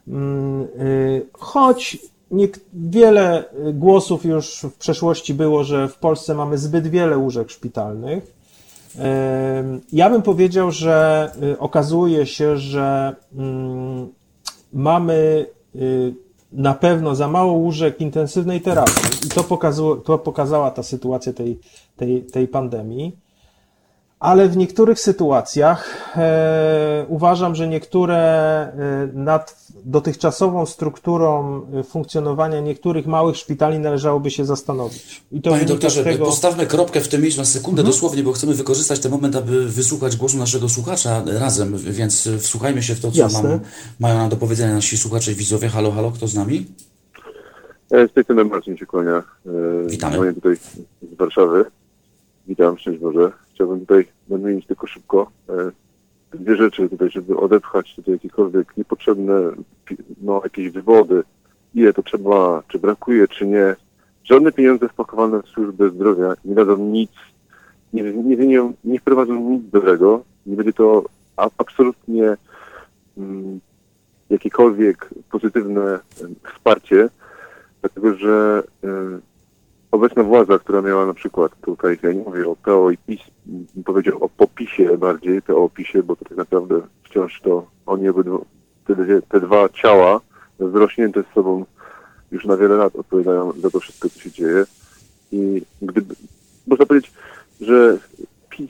choć nie, wiele głosów już w przeszłości było, że w Polsce mamy zbyt wiele łóżek szpitalnych. Ja bym powiedział, że okazuje się, że mamy na pewno za mało łóżek intensywnej terapii i to, pokazało, to pokazała ta sytuacja tej, tej, tej pandemii. Ale w niektórych sytuacjach e, uważam, że niektóre e, nad dotychczasową strukturą funkcjonowania niektórych małych szpitali należałoby się zastanowić. I to Panie doktorze, tego... postawmy kropkę w tym miejscu na sekundę Mhm. dosłownie, bo chcemy wykorzystać ten moment, aby wysłuchać głosu naszego słuchacza razem, więc wsłuchajmy się w to, co nam, mają nam do powiedzenia nasi słuchacze i widzowie. Halo, halo, kto z nami? Z tej strony Marcin się kłania. Witamy. Dzwonię tutaj z Warszawy. Witam, szczęść Boże. Chciałbym tutaj nadmienić tylko szybko dwie rzeczy tutaj, żeby odepchać tutaj jakiekolwiek niepotrzebne, no, jakieś wywody, ile to trzeba, czy brakuje, czy nie. Żadne pieniądze wpakowane w służbę zdrowia nie dadzą nic, nie, nie, nie, nie wprowadzą nic dobrego. Nie będzie to a, absolutnie mm, jakiekolwiek pozytywne wsparcie, dlatego że y, obecna władza, która miała na przykład tutaj, ja nie mówię o P O i PiS, bym powiedział o popisie bardziej, P O PiSie, bo to tak naprawdę wciąż to oni obydwa, te, te dwa ciała zrośnięte z sobą już na wiele lat odpowiadają za to wszystko, co się dzieje. I gdyby, można powiedzieć, że PiS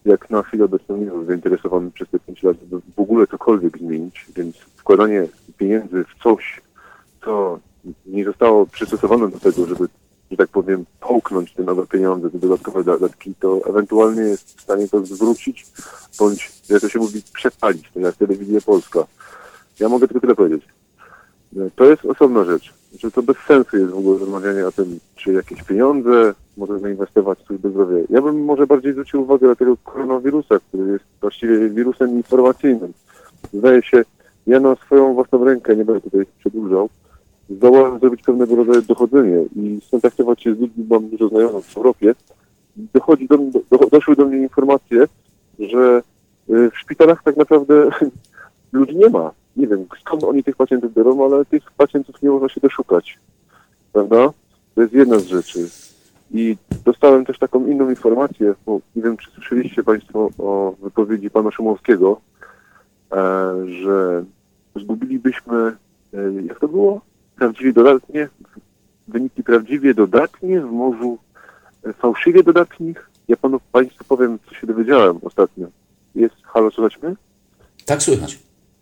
jak na chwilę obecną nie był zainteresowany przez te pięć lat, żeby w ogóle cokolwiek zmienić, więc wkładanie pieniędzy w coś, co nie zostało przystosowane do tego, żeby, że tak powiem, połknąć te nowe pieniądze, te dodatkowe dodatki, to ewentualnie jest w stanie to zwrócić, bądź, jak to się mówi, przepalić, to jak Telewizja Polska. Ja mogę tylko tyle powiedzieć. To jest osobna rzecz, że to bez sensu jest w ogóle rozmawianie o tym, czy jakieś pieniądze może zainwestować w służbę zdrowia. Ja bym może bardziej zwrócił uwagę na tego koronawirusa, który jest właściwie wirusem informacyjnym. Zdaje się, ja na swoją własną rękę, nie będę tutaj przedłużał, zdołałem zrobić pewnego rodzaju dochodzenie i skontaktować się z ludźmi, mam dużo znajomych w Europie. Dochodzi do, do, doszły do mnie informacje, że w szpitalach tak naprawdę ludzi nie ma. Nie wiem, skąd oni tych pacjentów biorą, ale tych pacjentów nie można się doszukać. Prawda? To jest jedna z rzeczy. I dostałem też taką inną informację, bo nie wiem, czy słyszeliście Państwo o wypowiedzi pana Szumowskiego, e, że zgubilibyśmy, e, jak to było? Prawdziwie dodatnie, wyniki prawdziwie dodatnie w morzu e, fałszywie dodatnich. Ja panu Państwu powiem, co się dowiedziałem ostatnio. Jest, halo, słychać mnie? Tak, słychać.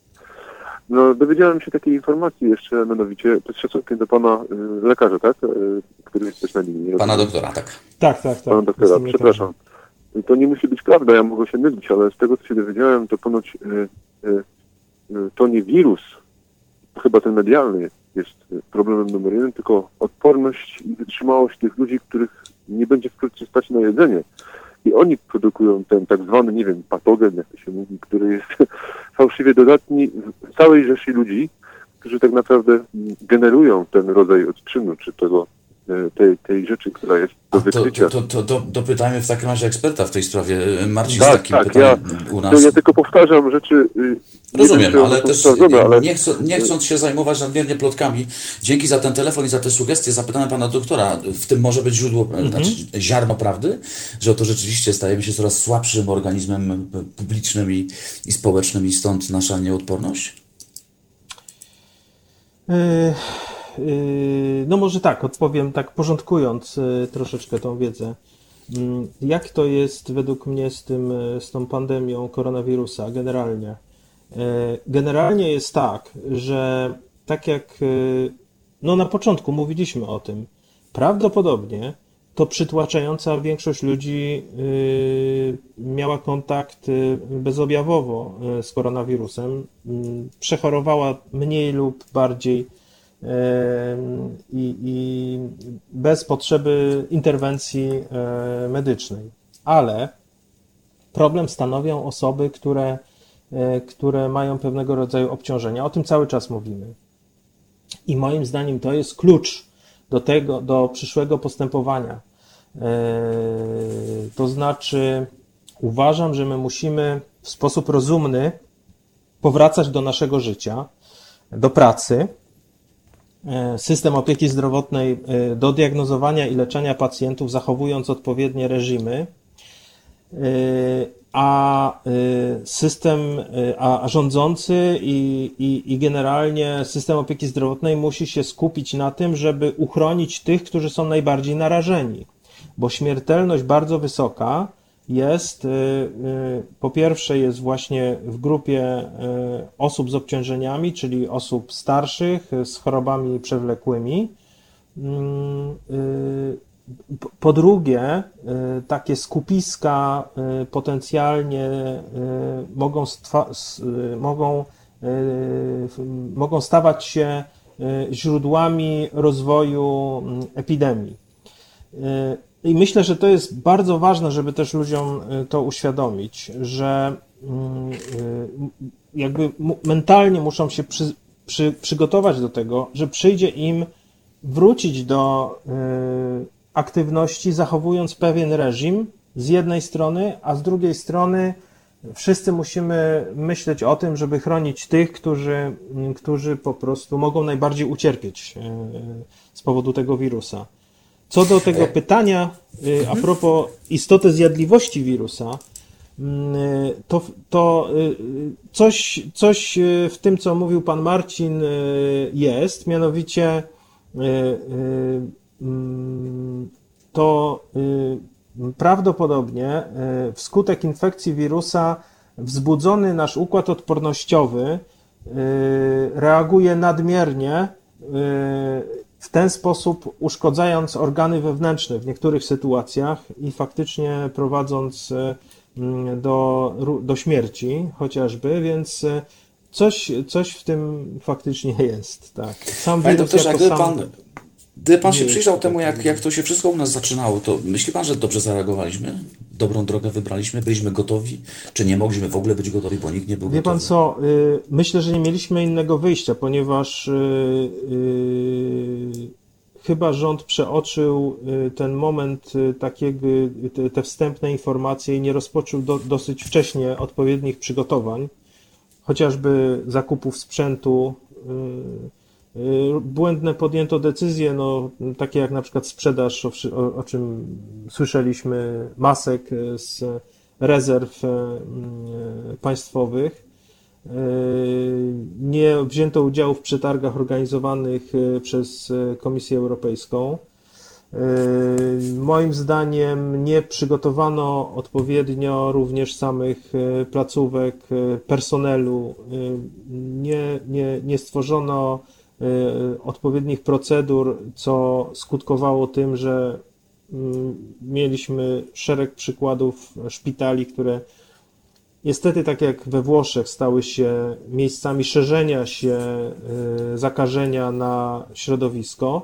No, dowiedziałem się takiej informacji jeszcze, mianowicie, to z szacunkiem do pana y, lekarza, tak? Y, który jest też na linii. Pana doktora, tak. Tak, tak, tak. Pana doktora, Jestem przepraszam. To nie musi być prawda, ja mogę się mylić, ale z tego, co się dowiedziałem, to ponoć y, y, y, to nie wirus, chyba ten medialny jest problemem numer jeden, tylko odporność i wytrzymałość tych ludzi, których nie będzie wkrótce stać na jedzenie. I oni produkują ten tak zwany, nie wiem, patogen, jak to się mówi, który jest fałszywie dodatni w całej rzeszy ludzi, którzy tak naprawdę generują ten rodzaj odczynu, czy tego, tej, tej rzeczy, która jest do A to, wykrycia. to, to, to, to dopytajmy w takim razie eksperta w tej sprawie. Marcin Tak, z takim tak, pytaniem ja, u to nas. ja tylko powtarzam rzeczy. nie Rozumiem, wiem, czy one ale są też sprawdzone, ale nie, chcą, nie chcąc się zajmować nadmiernie plotkami, dzięki za ten telefon i za te sugestie, zapytamy pana doktora, w tym może być źródło, Mhm. znaczy ziarno prawdy, że oto rzeczywiście stajemy się coraz słabszym organizmem publicznym i, i społecznym i stąd nasza nieodporność? Yy, yy, no może tak, odpowiem tak porządkując yy, troszeczkę tą wiedzę. Yy, jak to jest według mnie z tym, yy, z tą pandemią koronawirusa generalnie? Yy, generalnie jest tak, że tak jak yy, no na początku mówiliśmy o tym, prawdopodobnie to przytłaczająca większość ludzi yy, miała kontakt yy, bezobjawowo yy, z koronawirusem, yy, przechorowała mniej lub bardziej yy, i, i bez potrzeby interwencji yy, medycznej. Ale problem stanowią osoby, które, yy, które mają pewnego rodzaju obciążenia. O tym cały czas mówimy. I moim zdaniem to jest klucz do tego, do przyszłego postępowania. To znaczy, uważam, że my musimy w sposób rozumny powracać do naszego życia, do pracy. System opieki zdrowotnej do diagnozowania i leczenia pacjentów, zachowując odpowiednie reżimy, a system, a rządzący i, i, i generalnie system opieki zdrowotnej musi się skupić na tym, żeby uchronić tych, którzy są najbardziej narażeni, bo śmiertelność bardzo wysoka jest, po pierwsze jest właśnie w grupie osób z obciążeniami, czyli osób starszych, z chorobami przewlekłymi. Po drugie, takie skupiska potencjalnie mogą, stwa- mogą, mogą stawać się źródłami rozwoju epidemii. I myślę, że to jest bardzo ważne, żeby też ludziom to uświadomić, że jakby mentalnie muszą się przy, przy, przygotować do tego, że przyjdzie im wrócić do aktywności, zachowując pewien reżim z jednej strony, a z drugiej strony wszyscy musimy myśleć o tym, żeby chronić tych, którzy, którzy po prostu mogą najbardziej ucierpieć z powodu tego wirusa. Co do tego pytania a propos istoty zjadliwości wirusa, to, to coś, coś w tym, co mówił pan Marcin, jest, mianowicie to prawdopodobnie wskutek infekcji wirusa wzbudzony nasz układ odpornościowy reaguje nadmiernie, w ten sposób uszkodzając organy wewnętrzne w niektórych sytuacjach i faktycznie prowadząc do, do śmierci chociażby, więc coś, coś w tym faktycznie jest. Tak. Sam Panie wirus doktorze, jako gdyby sam... pan, gdyby pan się nie przyjrzał jest temu, tak, jak, jak to się wszystko u nas zaczynało, to myśli pan, że dobrze zareagowaliśmy? Dobrą drogę wybraliśmy? Byliśmy gotowi? Czy nie mogliśmy w ogóle być gotowi, bo nikt nie był Wie gotowy? pan co, y, myślę, że nie mieliśmy innego wyjścia, ponieważ y, y, chyba rząd przeoczył y, ten moment y, takiego, te, te wstępne informacje i nie rozpoczął do, dosyć wcześnie odpowiednich przygotowań, chociażby zakupów sprzętu. Y, y, błędne podjęto decyzje, no, takie jak na przykład sprzedaż, o, o, o czym słyszeliśmy, masek z rezerw państwowych. Nie wzięto udziału w przetargach organizowanych przez Komisję Europejską. Moim zdaniem nie przygotowano odpowiednio również samych placówek, personelu, nie, nie, nie stworzono odpowiednich procedur, co skutkowało tym, że mieliśmy szereg przykładów szpitali, które niestety, tak jak we Włoszech, stały się miejscami szerzenia się zakażenia na środowisko.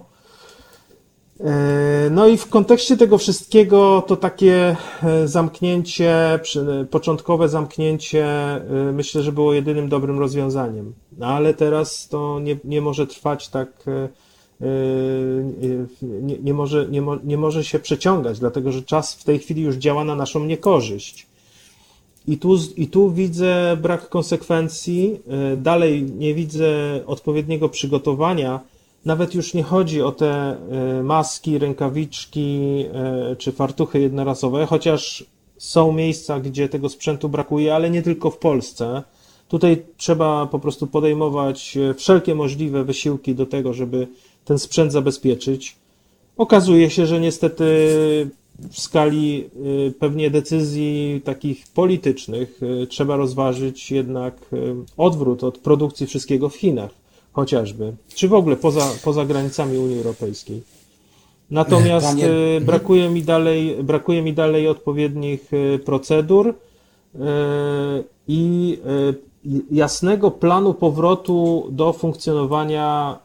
No i w kontekście tego wszystkiego to takie zamknięcie, początkowe zamknięcie, myślę, że było jedynym dobrym rozwiązaniem. No ale teraz to nie, nie może trwać tak, nie, nie, może, nie, mo, nie może się przeciągać, dlatego że czas w tej chwili już działa na naszą niekorzyść. I tu, I tu widzę brak konsekwencji, dalej nie widzę odpowiedniego przygotowania. Nawet już nie chodzi o te maski, rękawiczki czy fartuchy jednorazowe, chociaż są miejsca, gdzie tego sprzętu brakuje, ale nie tylko w Polsce. Tutaj trzeba po prostu podejmować wszelkie możliwe wysiłki do tego, żeby ten sprzęt zabezpieczyć. Okazuje się, że niestety w skali pewnie decyzji takich politycznych trzeba rozważyć jednak odwrót od produkcji wszystkiego w Chinach chociażby, czy w ogóle poza, poza granicami Unii Europejskiej. Natomiast Panie... brakuje mi dalej, brakuje mi dalej odpowiednich procedur i jasnego planu powrotu do funkcjonowania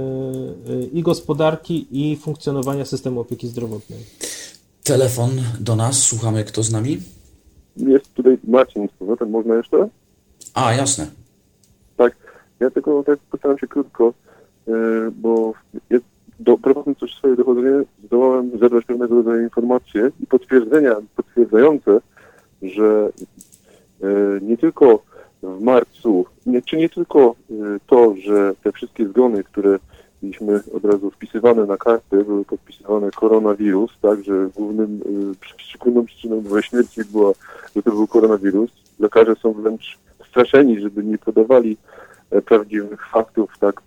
i gospodarki, i funkcjonowania systemu opieki zdrowotnej. Telefon do nas, słuchamy, kto z nami? Jest tutaj Marcin z powrotem, można jeszcze? A, jasne. Tak, ja tylko tak postaram się krótko, bo ja do, prowadząc coś swoje dochodzenie, zdołałem zebrać pewnego rodzaju informacje i potwierdzenia potwierdzające, że nie tylko w marcu, nie, czy nie tylko to, że te wszystkie zgony, które mieliśmy od razu wpisywane na karty, były podpisywane koronawirus, tak, że głównym, szczególną przyczyną była śmierci była, że to był koronawirus. Lekarze są wręcz straszeni, żeby nie podawali prawdziwych faktów, tak,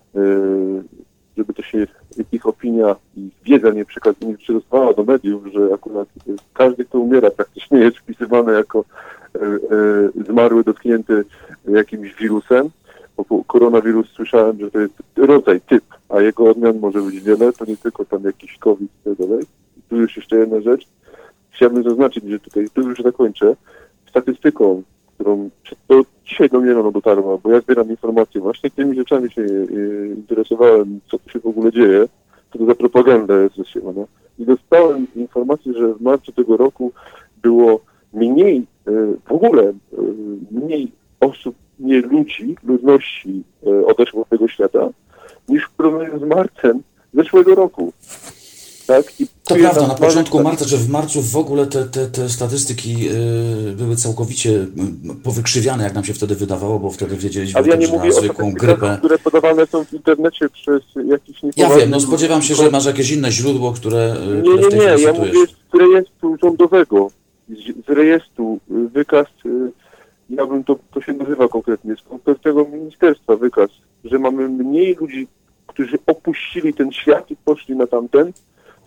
żeby to się, ich opinia i wiedza nie, przekaz, nie przedostawała do mediów, że akurat każdy, kto umiera, praktycznie jest wpisywany jako zmarły, dotknięty jakimś wirusem. Bo koronawirus słyszałem, że to jest rodzaj, typ, a jego odmian może być wiele, to nie tylko tam jakiś COVID i tak dalej. I tu już jeszcze jedna rzecz. Chciałbym zaznaczyć, że tutaj, tu już zakończę, statystyką, którą to dzisiaj do mnie rano dotarła, bo ja zbieram informacje, właśnie tymi rzeczami się interesowałem, co tu się w ogóle dzieje, co to za propaganda jest zasiewana. I dostałem informację, że w marcu tego roku było mniej, w ogóle mniej osób, nie ludzi, ludności odeszło z tego świata, niż w porównaniu z marcem zeszłego roku. Tak? I to prawda, na początku marca, że w marcu w ogóle te, te, te statystyki y, były całkowicie powykrzywiane, jak nam się wtedy wydawało, bo wtedy wiedzieliśmy, ale ja nie że mówię na o zwykłą grypę. Które podawane są w internecie przez jakiś Ja wiem, no spodziewam się, że masz jakieś inne źródło, które, nie, które w tej nie, nie, chwili ja cytujesz. mówię z rejestru rządowego, z, z rejestru, wykaz, ja bym to, to się nazywa konkretnie, z tego ministerstwa wykaz, że mamy mniej ludzi, którzy opuścili ten świat i poszli na tamten,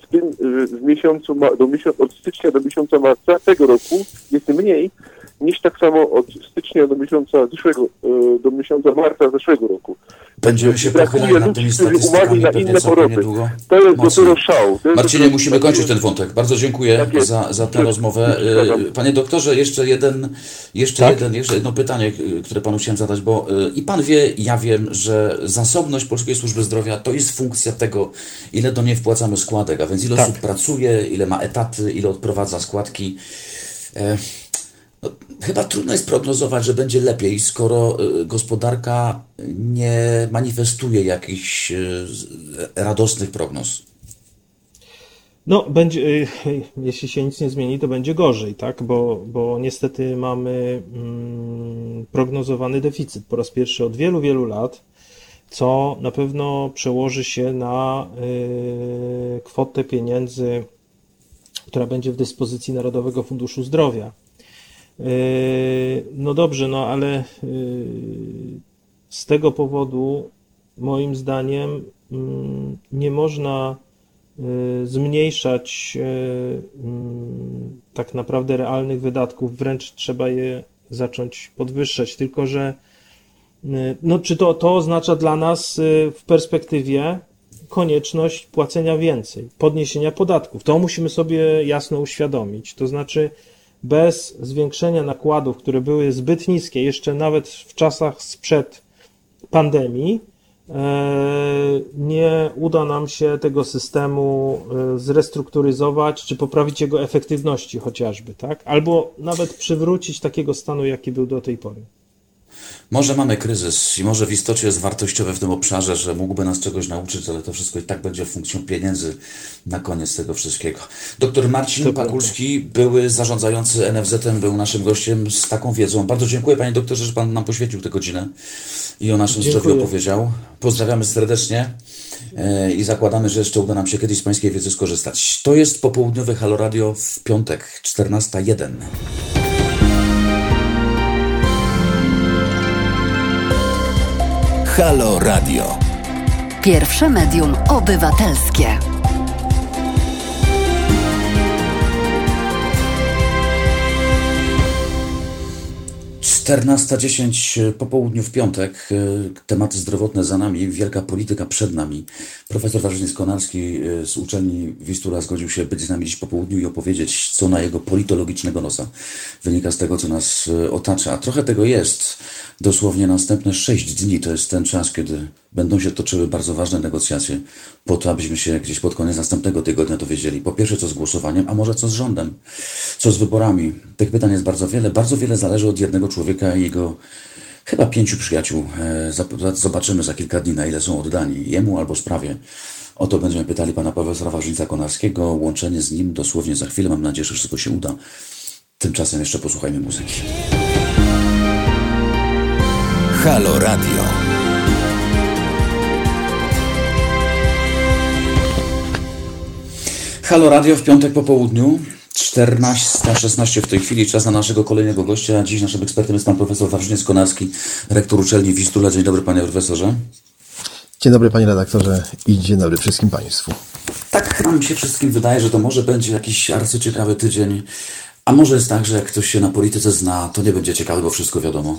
w tym, y, w miesiącu, ma, do miesiąc, od stycznia do miesiąca marca tego roku jest mniej niż tak samo od stycznia do miesiąca zeszłego, y, do miesiąca marca zeszłego roku. Będziemy się Brakuje pochylać nad ludzi, tymi którzy umarli statystykami na pewnie inne całkiem choroby. niedługo. To jest Mocno. dopiero szał. To jest Marcinie, dopiero- musimy kończyć ten wątek. Bardzo dziękuję Tak jest. za, za tę rozmowę. Przepraszam. Y, Panie doktorze, jeszcze jeden, jeszcze Tak? jeden, jeszcze jedno pytanie, y, które panu chciałem zadać, bo y, i pan wie, i ja wiem, że zasobność Polskiej Służby Zdrowia to jest funkcja tego, ile do niej wpłacamy składek, a więc ile Tak. osób pracuje, ile ma etaty, ile odprowadza składki. E, No, chyba trudno jest prognozować, że będzie lepiej, skoro y, gospodarka nie manifestuje jakichś y, radosnych prognoz. No, będzie, y, jeśli się nic nie zmieni, to będzie gorzej, tak? Bo, bo niestety mamy mm, prognozowany deficyt po raz pierwszy od wielu, wielu lat, co na pewno przełoży się na y, kwotę pieniędzy, która będzie w dyspozycji Narodowego Funduszu Zdrowia. Y, No dobrze, no ale y, z tego powodu, moim zdaniem, mm, nie można y, zmniejszać y, mm, tak naprawdę realnych wydatków, wręcz trzeba je zacząć podwyższać, tylko że y, no, czy to, to oznacza dla nas y, w perspektywie konieczność płacenia więcej, podniesienia podatków. To musimy sobie jasno uświadomić. To znaczy, bez zwiększenia nakładów, które były zbyt niskie, jeszcze nawet w czasach sprzed pandemii, nie uda nam się tego systemu zrestrukturyzować, czy poprawić jego efektywności chociażby, tak? Albo nawet przywrócić takiego stanu, jaki był do tej pory. Może mamy kryzys i może w istocie jest wartościowe w tym obszarze, że mógłby nas czegoś nauczyć, ale to wszystko i tak będzie funkcją pieniędzy na koniec tego wszystkiego. Doktor Marcin To Pakulski, były zarządzający N F Z-em, był naszym gościem z taką wiedzą. Bardzo dziękuję, panie doktorze, że pan nam poświęcił tę godzinę i o naszym Dziękuję. zdrowiu opowiedział. Pozdrawiamy serdecznie e, i zakładamy, że jeszcze uda nam się kiedyś z pańskiej wiedzy skorzystać. To jest popołudniowe Halo Radio w piątek, czternasta jeden. Halo Radio. Pierwsze medium obywatelskie. czternasta dziesięć po południu w piątek. Tematy zdrowotne za nami, wielka polityka przed nami. Profesor Wawrzyniec Konarski z uczelni Wistula zgodził się być z nami dziś po południu i opowiedzieć, co na jego politologicznego nosa wynika z tego, co nas otacza. A trochę tego jest. Dosłownie następne sześć dni to jest ten czas, kiedy będą się toczyły bardzo ważne negocjacje po to, abyśmy się gdzieś pod koniec następnego tygodnia dowiedzieli. Po pierwsze, co z głosowaniem, a może co z rządem, co z wyborami. Tych pytań jest bardzo wiele. Bardzo wiele zależy od jednego człowieka i jego chyba pięciu przyjaciół. Zobaczymy za kilka dni, na ile są oddani jemu albo sprawie. O to będziemy pytali pana profesora Wawrzyńca Konarskiego. Łączenie z nim dosłownie za chwilę. Mam nadzieję, że wszystko się uda. Tymczasem jeszcze posłuchajmy muzyki. Halo Radio. Halo Radio w piątek po południu, czternasta szesnaście w tej chwili, czas na naszego kolejnego gościa. Dziś naszym ekspertem jest pan profesor Wawrzyniec Konarski, rektor uczelni Wistula. Dzień dobry, panie profesorze. Dzień dobry, panie redaktorze, i dzień dobry wszystkim państwu. Tak nam się wszystkim wydaje, że to może będzie jakiś arcyciekawy tydzień, a może jest tak, że jak ktoś się na polityce zna, to nie będzie ciekawe, bo wszystko wiadomo.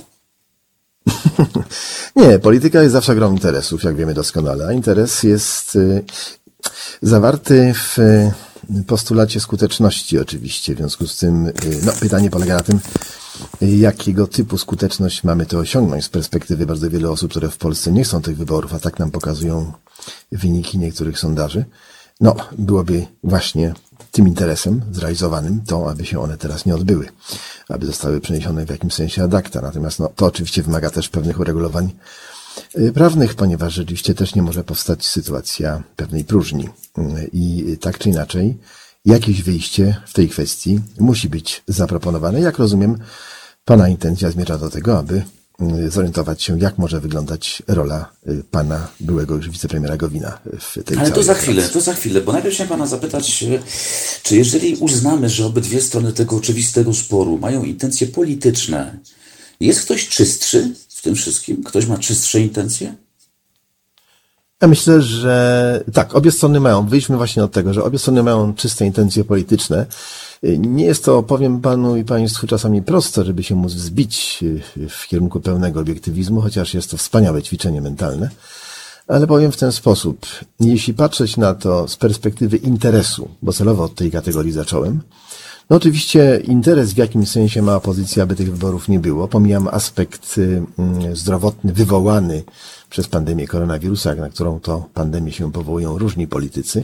Nie, polityka jest zawsze grą interesów, jak wiemy doskonale, a interes jest y, zawarty w y, postulacie skuteczności oczywiście, w związku z tym y, no, pytanie polega na tym, y, jakiego typu skuteczność mamy to osiągnąć z perspektywy bardzo wielu osób, które w Polsce nie chcą tych wyborów, a tak nam pokazują wyniki niektórych sondaży. No, byłoby właśnie tym interesem zrealizowanym to, aby się one teraz nie odbyły, aby zostały przeniesione w jakimś sensie ad acta. Natomiast no, to oczywiście wymaga też pewnych uregulowań prawnych, ponieważ rzeczywiście też nie może powstać sytuacja pewnej próżni. I tak czy inaczej, jakieś wyjście w tej kwestii musi być zaproponowane. Jak rozumiem, pana intencja zmierza do tego, aby zorientować się, jak może wyglądać rola pana byłego już wicepremiera Gowina w tej Ale to całej za operacji. chwilę, to za chwilę, bo najpierw chciałem pana zapytać, czy jeżeli uznamy, że obydwie strony tego oczywistego sporu mają intencje polityczne, jest ktoś czystszy w tym wszystkim? Ktoś ma czystsze intencje? Ja myślę, że tak, obie strony mają, wyjdźmy właśnie od tego, że obie strony mają czyste intencje polityczne. Nie jest to, powiem panu i państwu, czasami proste, żeby się móc wzbić w kierunku pełnego obiektywizmu, chociaż jest to wspaniałe ćwiczenie mentalne. Ale powiem w ten sposób, jeśli patrzeć na to z perspektywy interesu, bo celowo od tej kategorii zacząłem, no oczywiście interes w jakimś sensie ma opozycja, aby tych wyborów nie było. Pomijam aspekt zdrowotny wywołany przez pandemię koronawirusa, na którą to pandemię się powołują różni politycy.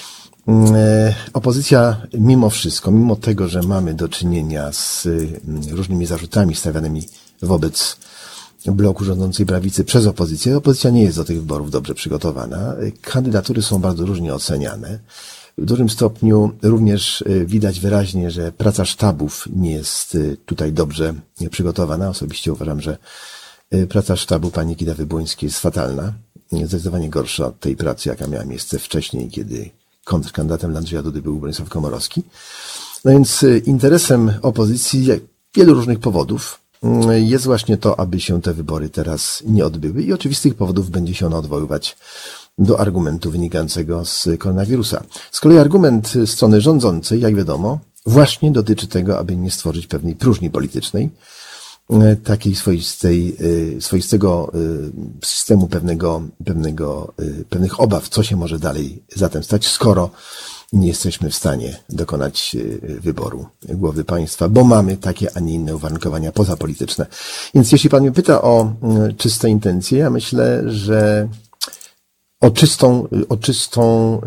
Opozycja mimo wszystko, mimo tego, że mamy do czynienia z różnymi zarzutami stawianymi wobec bloku rządzącej prawicy przez opozycję, opozycja nie jest do tych wyborów dobrze przygotowana. Kandydatury są bardzo różnie oceniane. W dużym stopniu również widać wyraźnie, że praca sztabów nie jest tutaj dobrze przygotowana. Osobiście uważam, że praca sztabu pani Kidawy-Błońskiej jest fatalna. Zdecydowanie gorsza od tej pracy, jaka miała miejsce wcześniej, kiedy kontrkandydatem dla Andrzeja Dudy był Bronisław Komorowski. No więc interesem opozycji z wielu różnych powodów jest właśnie to, aby się te wybory teraz nie odbyły i oczywistych powodów będzie się ona odwoływać do argumentu wynikającego z koronawirusa. Z kolei argument strony rządzącej, jak wiadomo, właśnie dotyczy tego, aby nie stworzyć pewnej próżni politycznej, takiej swoistej, swoistego systemu pewnego, pewnego, pewnych obaw, co się może dalej zatem stać, skoro nie jesteśmy w stanie dokonać wyboru głowy państwa, bo mamy takie, a nie inne uwarunkowania pozapolityczne. Więc jeśli pan mnie pyta o czyste intencje, ja myślę, że o czystą, o czystą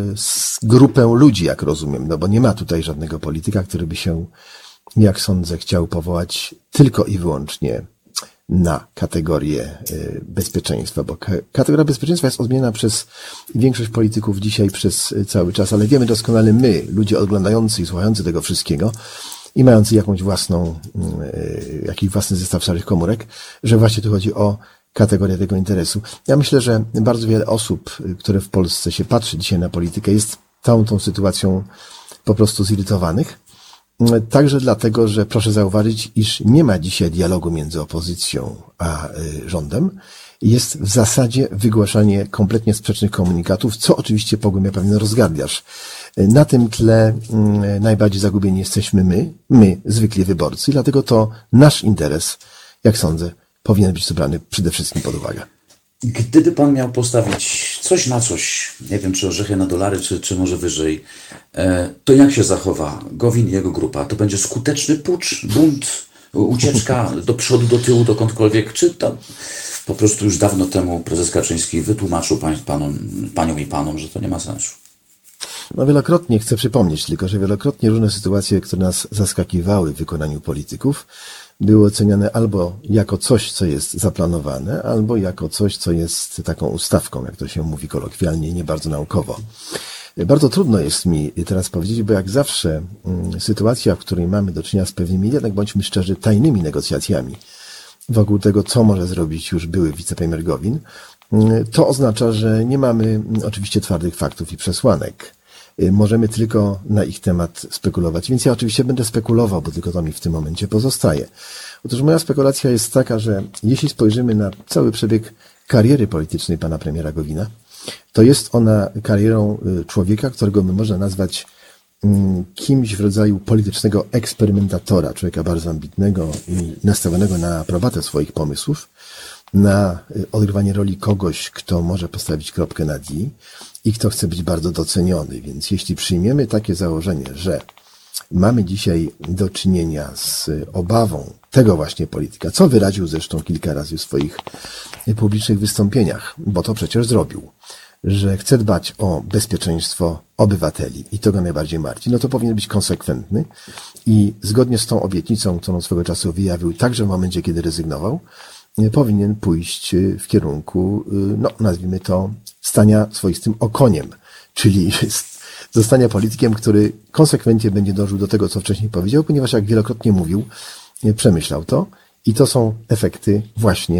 grupę ludzi, jak rozumiem, no bo nie ma tutaj żadnego polityka, który by się, jak sądzę, chciał powołać tylko i wyłącznie na kategorię bezpieczeństwa, bo kategoria bezpieczeństwa jest odmieniana przez większość polityków dzisiaj przez cały czas, ale wiemy doskonale my, ludzie oglądający i słuchający tego wszystkiego i mający jakąś własną, jakiś własny zestaw szarych komórek, że właśnie tu chodzi o kategorię tego interesu. Ja myślę, że bardzo wiele osób, które w Polsce się patrzy dzisiaj na politykę, jest całą tą sytuacją po prostu zirytowanych. Także dlatego, że proszę zauważyć, iż nie ma dzisiaj dialogu między opozycją a rządem. Jest w zasadzie wygłaszanie kompletnie sprzecznych komunikatów, co oczywiście pogłębia pewien rozgardiaż. Na tym tle najbardziej zagubieni jesteśmy my, my, zwykli wyborcy, dlatego to nasz interes, jak sądzę, powinien być brany przede wszystkim pod uwagę. Gdyby pan miał postawić coś na coś, nie wiem, czy orzechy na dolary, czy, czy może wyżej, to jak się zachowa Gowin i jego grupa? To będzie skuteczny pucz, bunt, ucieczka do przodu, do tyłu, dokądkolwiek, czy to po prostu już dawno temu prezes Kaczyński wytłumaczył pań, panom, paniom i panom, że to nie ma sensu? No wielokrotnie, chcę przypomnieć tylko, że wielokrotnie różne sytuacje, które nas zaskakiwały w wykonaniu polityków, były oceniane albo jako coś, co jest zaplanowane, albo jako coś, co jest taką ustawką, jak to się mówi kolokwialnie, nie bardzo naukowo. Bardzo trudno jest mi teraz powiedzieć, bo jak zawsze sytuacja, w której mamy do czynienia z pewnymi, jednak bądźmy szczerzy, tajnymi negocjacjami wokół tego, co może zrobić już były wicepremier Gowin, to oznacza, że nie mamy oczywiście twardych faktów i przesłanek. Możemy tylko na ich temat spekulować. Więc ja oczywiście będę spekulował, bo tylko to mi w tym momencie pozostaje. Otóż moja spekulacja jest taka, że jeśli spojrzymy na cały przebieg kariery politycznej pana premiera Gowina, to jest ona karierą człowieka, którego by można nazwać kimś w rodzaju politycznego eksperymentatora, człowieka bardzo ambitnego i nastawionego na aprobatę swoich pomysłów, na odgrywanie roli kogoś, kto może postawić kropkę nad i i kto chce być bardzo doceniony. Więc jeśli przyjmiemy takie założenie, że mamy dzisiaj do czynienia z obawą tego właśnie polityka, co wyraził zresztą kilka razy w swoich publicznych wystąpieniach, bo to przecież zrobił, że chce dbać o bezpieczeństwo obywateli i to go najbardziej martwi, no to powinien być konsekwentny i zgodnie z tą obietnicą, którą swego czasu wyjawił także w momencie, kiedy rezygnował, powinien pójść w kierunku, no nazwijmy to, stania swoistym okoniem, czyli zostania politykiem, który konsekwentnie będzie dążył do tego, co wcześniej powiedział, ponieważ jak wielokrotnie mówił, przemyślał to i to są efekty właśnie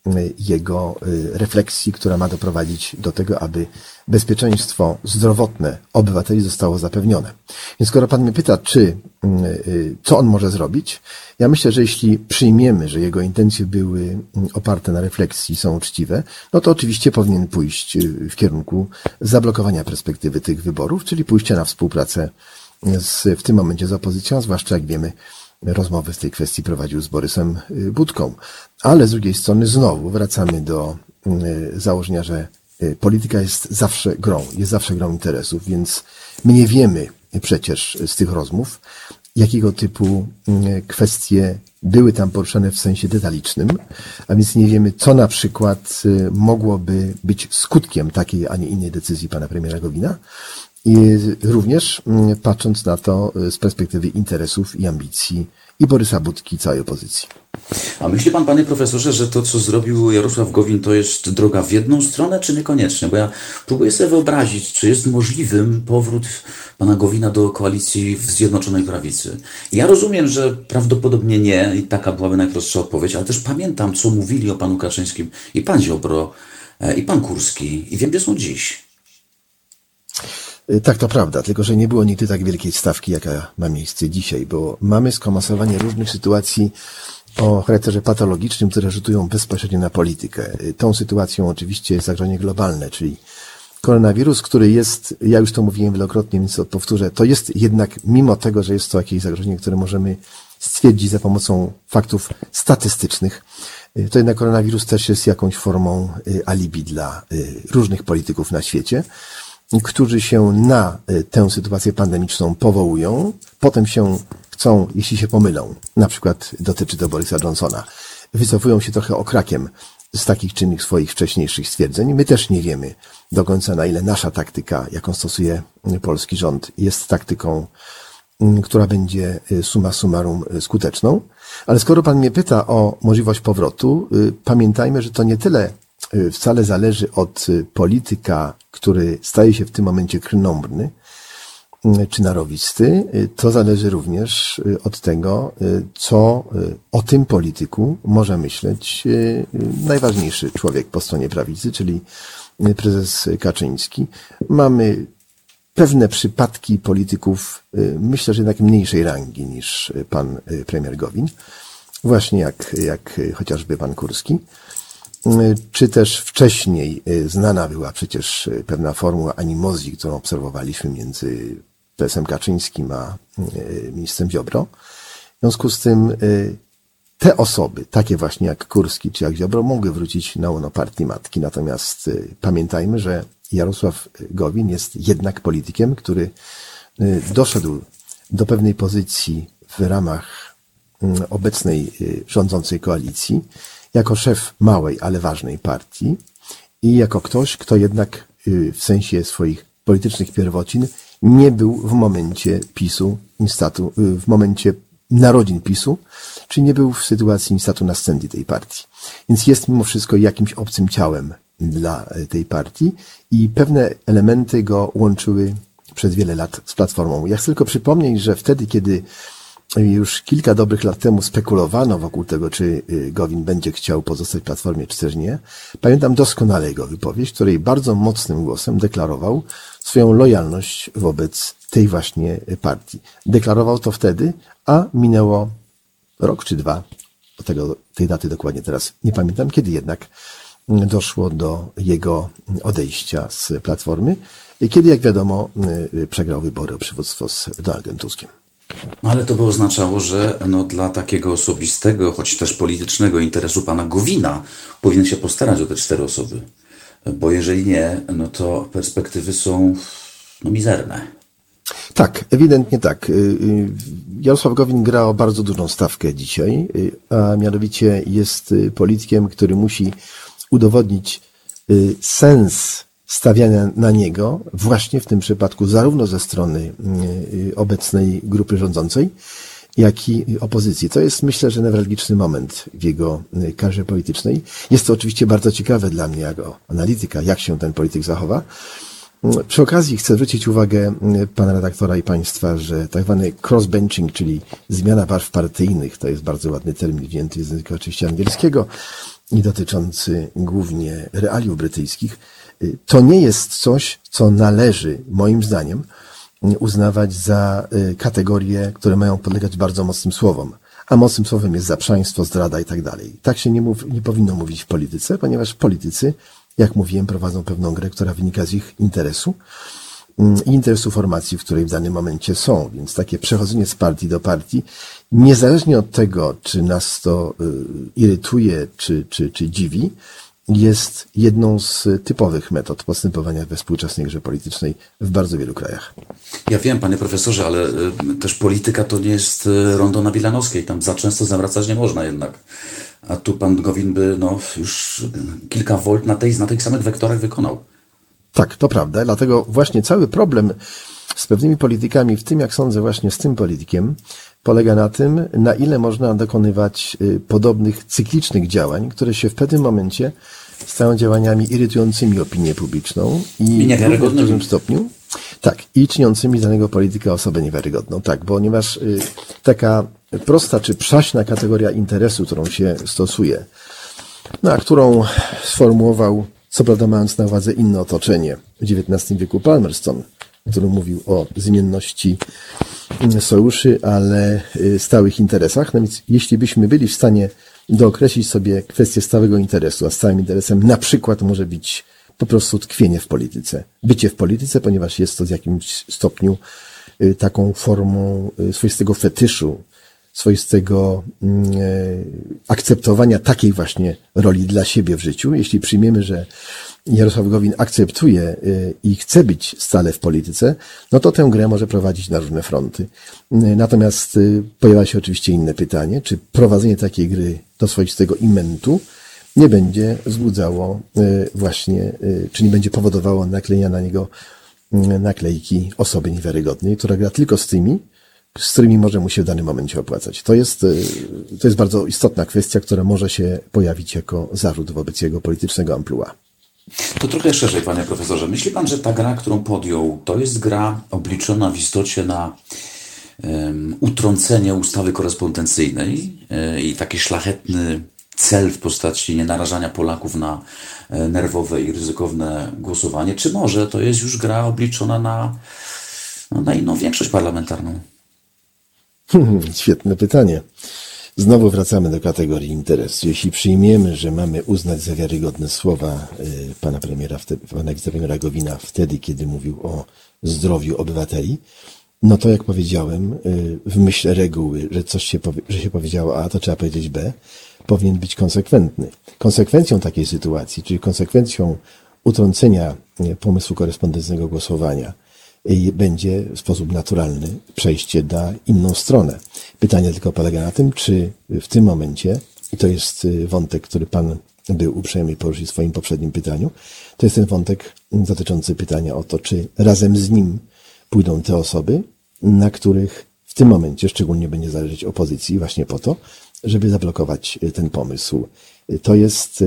jego refleksji, która ma doprowadzić do tego, aby bezpieczeństwo zdrowotne obywateli zostało zapewnione. Więc skoro pan mnie pyta, czy, co on może zrobić, ja myślę, że jeśli przyjmiemy, że jego intencje były oparte na refleksji, są uczciwe, no to oczywiście powinien pójść w kierunku zablokowania perspektywy tych wyborów, czyli pójścia na współpracę z, w tym momencie z opozycją, zwłaszcza jak wiemy, rozmowy w tej kwestii prowadził z Borysem Budką. Ale z drugiej strony znowu wracamy do założenia, że polityka jest zawsze grą, jest zawsze grą interesów, więc my nie wiemy przecież z tych rozmów, jakiego typu kwestie były tam poruszane w sensie detalicznym, a więc nie wiemy, co na przykład mogłoby być skutkiem takiej, a nie innej decyzji pana premiera Gowina. I również patrząc na to z perspektywy interesów i ambicji i Borysa Budki, i całej opozycji. A myśli pan, panie profesorze, że to, co zrobił Jarosław Gowin, to jest droga w jedną stronę, czy niekoniecznie? Bo ja próbuję sobie wyobrazić, czy jest możliwym powrót pana Gowina do koalicji w Zjednoczonej Prawicy. Ja rozumiem, że prawdopodobnie nie i taka byłaby najprostsza odpowiedź, ale też pamiętam, co mówili o panu Kaczyńskim i pan Ziobro, i pan Kurski i wiem, gdzie są dziś. Tak, to prawda, tylko że nie było nigdy tak wielkiej stawki, jaka ma miejsce dzisiaj, bo mamy skomasowanie różnych sytuacji o charakterze patologicznym, które rzutują bezpośrednio na politykę. Tą sytuacją oczywiście jest zagrożenie globalne, czyli koronawirus, który jest, ja już to mówiłem wielokrotnie, więc to powtórzę, to jest jednak, mimo tego, że jest to jakieś zagrożenie, które możemy stwierdzić za pomocą faktów statystycznych, to jednak koronawirus też jest jakąś formą alibi dla różnych polityków na świecie, którzy się na tę sytuację pandemiczną powołują, potem się chcą, jeśli się pomylą, na przykład dotyczy to Borysa Johnsona, wycofują się trochę okrakiem z takich czy innych swoich wcześniejszych stwierdzeń. My też nie wiemy do końca, na ile nasza taktyka, jaką stosuje polski rząd, jest taktyką, która będzie summa summarum skuteczną. Ale skoro pan mnie pyta o możliwość powrotu, pamiętajmy, że to nie tyle wcale zależy od polityka, który staje się w tym momencie krnąbrny czy narowisty. To zależy również od tego, co o tym polityku może myśleć najważniejszy człowiek po stronie prawicy, czyli prezes Kaczyński. Mamy pewne przypadki polityków, myślę, że jednak mniejszej rangi niż pan premier Gowin, właśnie jak, jak chociażby pan Kurski. Czy też wcześniej znana była przecież pewna formuła animozji, którą obserwowaliśmy między prezesem Kaczyńskim a ministrem Ziobro. W związku z tym te osoby, takie właśnie jak Kurski czy jak Ziobro, mogły wrócić na łono partii matki. Natomiast pamiętajmy, że Jarosław Gowin jest jednak politykiem, który doszedł do pewnej pozycji w ramach obecnej rządzącej koalicji, jako szef małej, ale ważnej partii i jako ktoś, kto jednak w sensie swoich politycznych pierwocin nie był w momencie PiSu, instatu, w momencie narodzin PiSu, czy nie był w sytuacji instatu nascendi tej partii. Więc jest mimo wszystko jakimś obcym ciałem dla tej partii i pewne elementy go łączyły przez wiele lat z Platformą. Ja chcę tylko przypomnieć, że wtedy, kiedy już kilka dobrych lat temu spekulowano wokół tego, czy Gowin będzie chciał pozostać w Platformie, czy też nie. Pamiętam doskonale jego wypowiedź, w której bardzo mocnym głosem deklarował swoją lojalność wobec tej właśnie partii. Deklarował to wtedy, a minęło rok czy dwa, do tego, tej daty dokładnie teraz nie pamiętam, kiedy jednak doszło do jego odejścia z Platformy, kiedy, jak wiadomo, przegrał wybory o przywództwo z Donaldem Tuskiem. Ale to by oznaczało, że no, dla takiego osobistego, choć też politycznego interesu pana Gowina powinien się postarać o te cztery osoby. Bo jeżeli nie, no to perspektywy są no, mizerne. Tak, ewidentnie tak. Jarosław Gowin gra o bardzo dużą stawkę dzisiaj, a mianowicie jest politykiem, który musi udowodnić sens stawiania na niego właśnie w tym przypadku zarówno ze strony obecnej grupy rządzącej, jak i opozycji. To jest, myślę, że newralgiczny moment w jego karierze politycznej. Jest to oczywiście bardzo ciekawe dla mnie jako analityka, jak się ten polityk zachowa. Przy okazji chcę zwrócić uwagę pana redaktora i państwa, że tak zwany crossbenching, czyli zmiana barw partyjnych, to jest bardzo ładny termin wzięty z języka oczywiście angielskiego, i dotyczący głównie realiów brytyjskich, to nie jest coś, co należy, moim zdaniem, uznawać za kategorie, które mają podlegać bardzo mocnym słowom. A mocnym słowem jest zaprzaństwo, zdrada i tak dalej. Tak się nie, mów, nie powinno mówić w polityce, ponieważ politycy, jak mówiłem, prowadzą pewną grę, która wynika z ich interesu i interesu formacji, w której w danym momencie są. Więc takie przechodzenie z partii do partii, niezależnie od tego, czy nas to irytuje, czy, czy, czy dziwi, jest jedną z typowych metod postępowania we współczesnej grze politycznej w bardzo wielu krajach. Ja wiem, panie profesorze, ale też polityka to nie jest rondo na Wilanowskiej. Tam za często zawracać nie można jednak. A tu pan Gowin by no, już kilka volt na, tej, na tych samych wektorach wykonał. Tak, to prawda. Dlatego właśnie cały problem z pewnymi politykami, w tym jak sądzę właśnie z tym politykiem, polega na tym, na ile można dokonywać podobnych cyklicznych działań, które się w pewnym momencie stają działaniami irytującymi opinię publiczną i w dużym stopniu, tak, i czyniącymi z danego polityka osobę niewiarygodną. Tak, ponieważ y, taka prosta czy przaśna kategoria interesu, którą się stosuje, no, a którą sformułował, co prawda mając na uwadze inne otoczenie, w dziewiętnastym wieku Palmerston, który mówił o zmienności sojuszy, ale stałych interesach. No więc jeśli byśmy byli w stanie dookreślić sobie kwestię stałego interesu, a stałym interesem na przykład może być po prostu tkwienie w polityce, bycie w polityce, ponieważ jest to w jakimś stopniu taką formą swoistego fetyszu, swoistego akceptowania takiej właśnie roli dla siebie w życiu. Jeśli przyjmiemy, że Jarosław Gowin akceptuje i chce być stale w polityce, no to tę grę może prowadzić na różne fronty. Natomiast pojawia się oczywiście inne pytanie, czy prowadzenie takiej gry do swoistego imentu nie będzie wzbudzało właśnie, czy nie będzie powodowało naklejenia na niego naklejki osoby niewiarygodnej, która gra tylko z tymi, z którymi może mu się w danym momencie opłacać. To jest, to jest bardzo istotna kwestia, która może się pojawić jako zarzut wobec jego politycznego amplua. To trochę szerzej, panie profesorze. Myśli pan, że ta gra, którą podjął, to jest gra obliczona w istocie na um, utrącenie ustawy korespondencyjnej yy, i taki szlachetny cel w postaci nienarażania Polaków na e, nerwowe i ryzykowne głosowanie? Czy może to jest już gra obliczona na, no, na inną większość parlamentarną? Hmm, świetne pytanie. Znowu wracamy do kategorii interesu. Jeśli przyjmiemy, że mamy uznać za wiarygodne słowa y, pana premiera, wtedy, pana wicepremiera Gowina wtedy, kiedy mówił o zdrowiu obywateli, no to jak powiedziałem, y, w myśl reguły, że coś się, powie, że się powiedziało A, to trzeba powiedzieć B, powinien być konsekwentny. Konsekwencją takiej sytuacji, czyli konsekwencją utrącenia y, pomysłu korespondencyjnego głosowania, i będzie w sposób naturalny przejście na inną stronę. Pytanie tylko polega na tym, czy w tym momencie, i to jest wątek, który pan był uprzejmy poruszyć w swoim poprzednim pytaniu, to jest ten wątek dotyczący pytania o to, czy razem z nim pójdą te osoby, na których w tym momencie szczególnie będzie zależeć opozycji właśnie po to, żeby zablokować ten pomysł. To jest...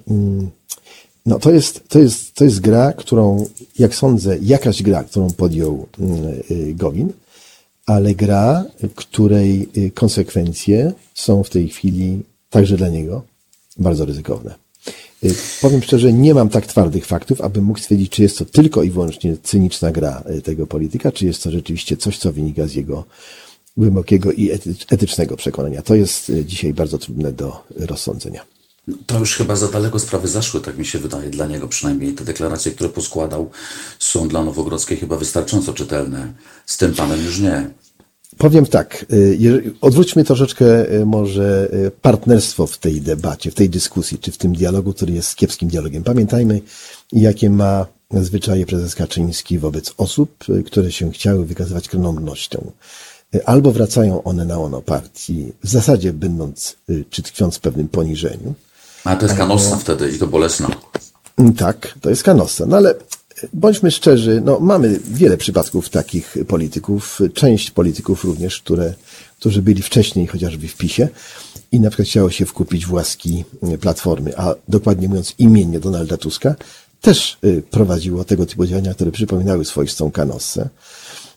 No to jest, to jest, to jest gra, którą, jak sądzę, jakaś gra, którą podjął Gowin, ale gra, której konsekwencje są w tej chwili także dla niego bardzo ryzykowne. Powiem szczerze, nie mam tak twardych faktów, abym mógł stwierdzić, czy jest to tylko i wyłącznie cyniczna gra tego polityka, czy jest to rzeczywiście coś, co wynika z jego głębokiego i etycznego przekonania. To jest dzisiaj bardzo trudne do rozsądzenia. To już chyba za daleko sprawy zaszły, tak mi się wydaje, dla niego przynajmniej. Te deklaracje, które poskładał, są dla Nowogrodzkiej chyba wystarczająco czytelne. Z tym panem już nie. Powiem tak, odwróćmy troszeczkę może partnerstwo w tej debacie, w tej dyskusji, czy w tym dialogu, który jest kiepskim dialogiem. Pamiętajmy, jakie ma zwyczaje prezes Kaczyński wobec osób, które się chciały wykazywać krnąbrnością. Albo wracają one na łono partii, w zasadzie będąc, czy tkwiąc w pewnym poniżeniu. A to jest kanossa albo... wtedy i to bolesna. Tak, to jest kanossa. No ale bądźmy szczerzy, no mamy wiele przypadków takich polityków, część polityków również, które, którzy byli wcześniej chociażby w PiSie i na przykład chciało się wkupić w łaski Platformy, a dokładnie mówiąc imiennie Donalda Tuska, też prowadziło tego typu działania, które przypominały swoistą kanossę.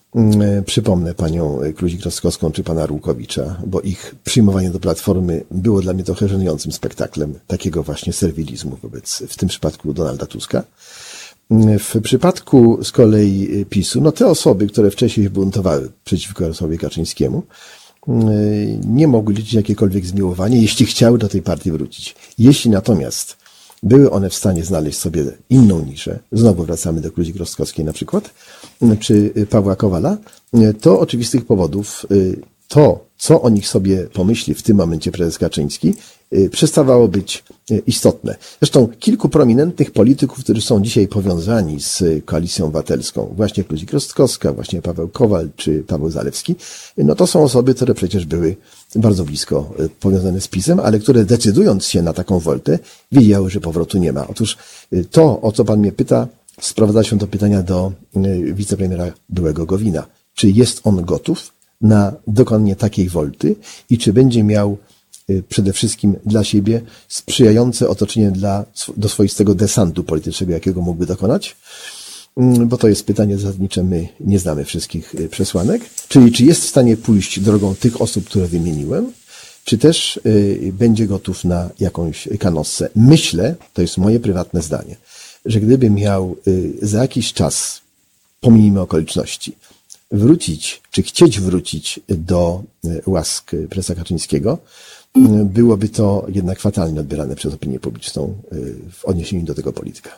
Przypomnę panią Kluzik-Rostkowską czy pana Rukowicza, bo ich przyjmowanie do Platformy było dla mnie trochę żenującym spektaklem takiego właśnie serwilizmu wobec, w tym przypadku, Donalda Tuska. W przypadku z kolei PiSu, no te osoby, które wcześniej się buntowały przeciwko Jarosławowi Kaczyńskiemu, nie mogły liczyć jakiekolwiek zmiłowanie, jeśli chciały do tej partii wrócić. Jeśli natomiast były one w stanie znaleźć sobie inną niszę, znowu wracamy do Kluzik-Rostkowskiej na przykład, czy Pawła Kowala, to oczywistych powodów to, co o nich sobie pomyśli w tym momencie prezes Kaczyński, przestawało być istotne. Zresztą kilku prominentnych polityków, którzy są dzisiaj powiązani z Koalicją Obywatelską, właśnie Kluzik-Rostkowska, właśnie Paweł Kowal czy Paweł Zalewski, no to są osoby, które przecież były bardzo blisko powiązane z PiS-em, ale które decydując się na taką woltę, wiedziały, że powrotu nie ma. Otóż to, o co pan mnie pyta, sprowadza się do pytania do wicepremiera byłego Gowina. Czy jest on gotów na dokonanie takiej wolty i czy będzie miał przede wszystkim dla siebie sprzyjające otoczenie dla, do swoistego desantu politycznego, jakiego mógłby dokonać? Bo to jest pytanie zasadnicze, my nie znamy wszystkich przesłanek. Czyli czy jest w stanie pójść drogą tych osób, które wymieniłem, czy też y, będzie gotów na jakąś kanossę. Myślę, to jest moje prywatne zdanie, że gdyby miał y, za jakiś czas, pomijmy okoliczności, wrócić, czy chcieć wrócić do y, łask prezesa Kaczyńskiego, y, byłoby to jednak fatalnie odbierane przez opinię publiczną y, w odniesieniu do tego polityka.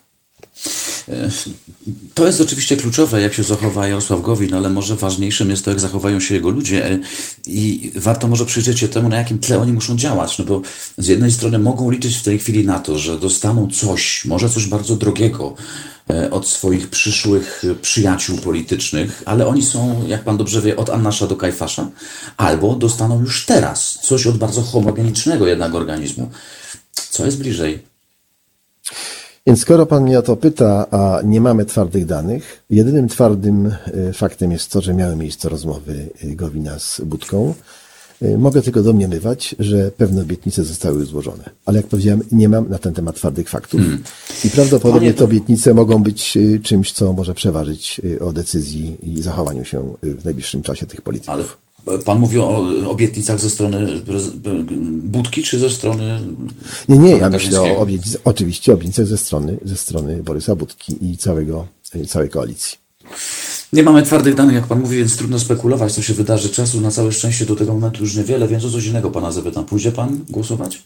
To jest oczywiście kluczowe, jak się zachowa Jarosław Gowin, ale może ważniejszym jest to, jak zachowają się jego ludzie i warto może przyjrzeć się temu, na jakim tle oni muszą działać, no bo z jednej strony mogą liczyć w tej chwili na to, że dostaną coś, może coś bardzo drogiego od swoich przyszłych przyjaciół politycznych, ale oni są, jak pan dobrze wie, od Annasza do Kajfasza, albo dostaną już teraz coś od bardzo homogenicznego jednak organizmu. Co jest bliżej? Więc skoro pan mnie o to pyta, a nie mamy twardych danych, jedynym twardym faktem jest to, że miały miejsce rozmowy Gowina z Budką. Mogę tylko domniemywać, że pewne obietnice zostały już złożone. Ale jak powiedziałem, nie mam na ten temat twardych faktów. Hmm. I prawdopodobnie te obietnice mogą być czymś, co może przeważyć o decyzji i zachowaniu się w najbliższym czasie tych polityków. Ale pan mówi o obietnicach ze strony Budki, czy ze strony... Nie, nie, ja myślę o obietnicach, oczywiście obietnicach ze strony, ze strony Borysa Budki i całego, całej koalicji. Nie mamy twardych danych, jak pan mówi, więc trudno spekulować, co się wydarzy. Czasu na całe szczęście do tego momentu już niewiele, więc o coś innego pana zapytam. Pójdzie pan głosować?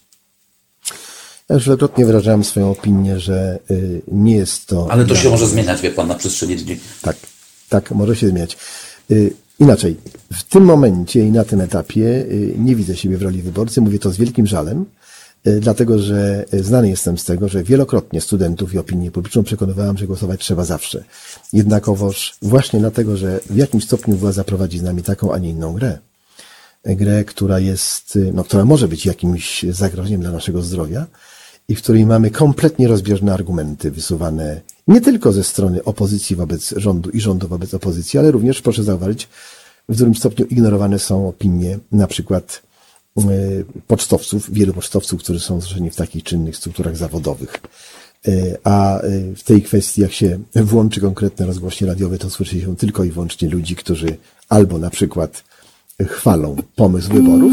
Ja już wielokrotnie wyrażałem swoją opinię, że y, nie jest to... Ale to się może zmieniać, wie pan, na przestrzeni dni. Tak, tak, może się zmieniać. Y, inaczej, w tym momencie i na tym etapie y, nie widzę siebie w roli wyborcy. Mówię to z wielkim żalem, y, dlatego że znany jestem z tego, że wielokrotnie studentów i opinię publiczną przekonywałem, że głosować trzeba zawsze. Jednakowoż właśnie dlatego, że w jakimś stopniu władza prowadzi z nami taką, a nie inną grę. Grę, która jest, no, która może być jakimś zagrożeniem dla naszego zdrowia i w której mamy kompletnie rozbieżne argumenty wysuwane nie tylko ze strony opozycji wobec rządu i rządu wobec opozycji, ale również, proszę zauważyć, w dużym stopniu ignorowane są opinie na przykład y, pocztowców, wielu pocztowców, którzy są zrzeszeni w takich czynnych strukturach zawodowych. Y, a y, w tej kwestii, jak się włączy konkretne rozgłośnie radiowe, to słyszy się tylko i wyłącznie ludzi, którzy albo na przykład chwalą pomysł wyborów,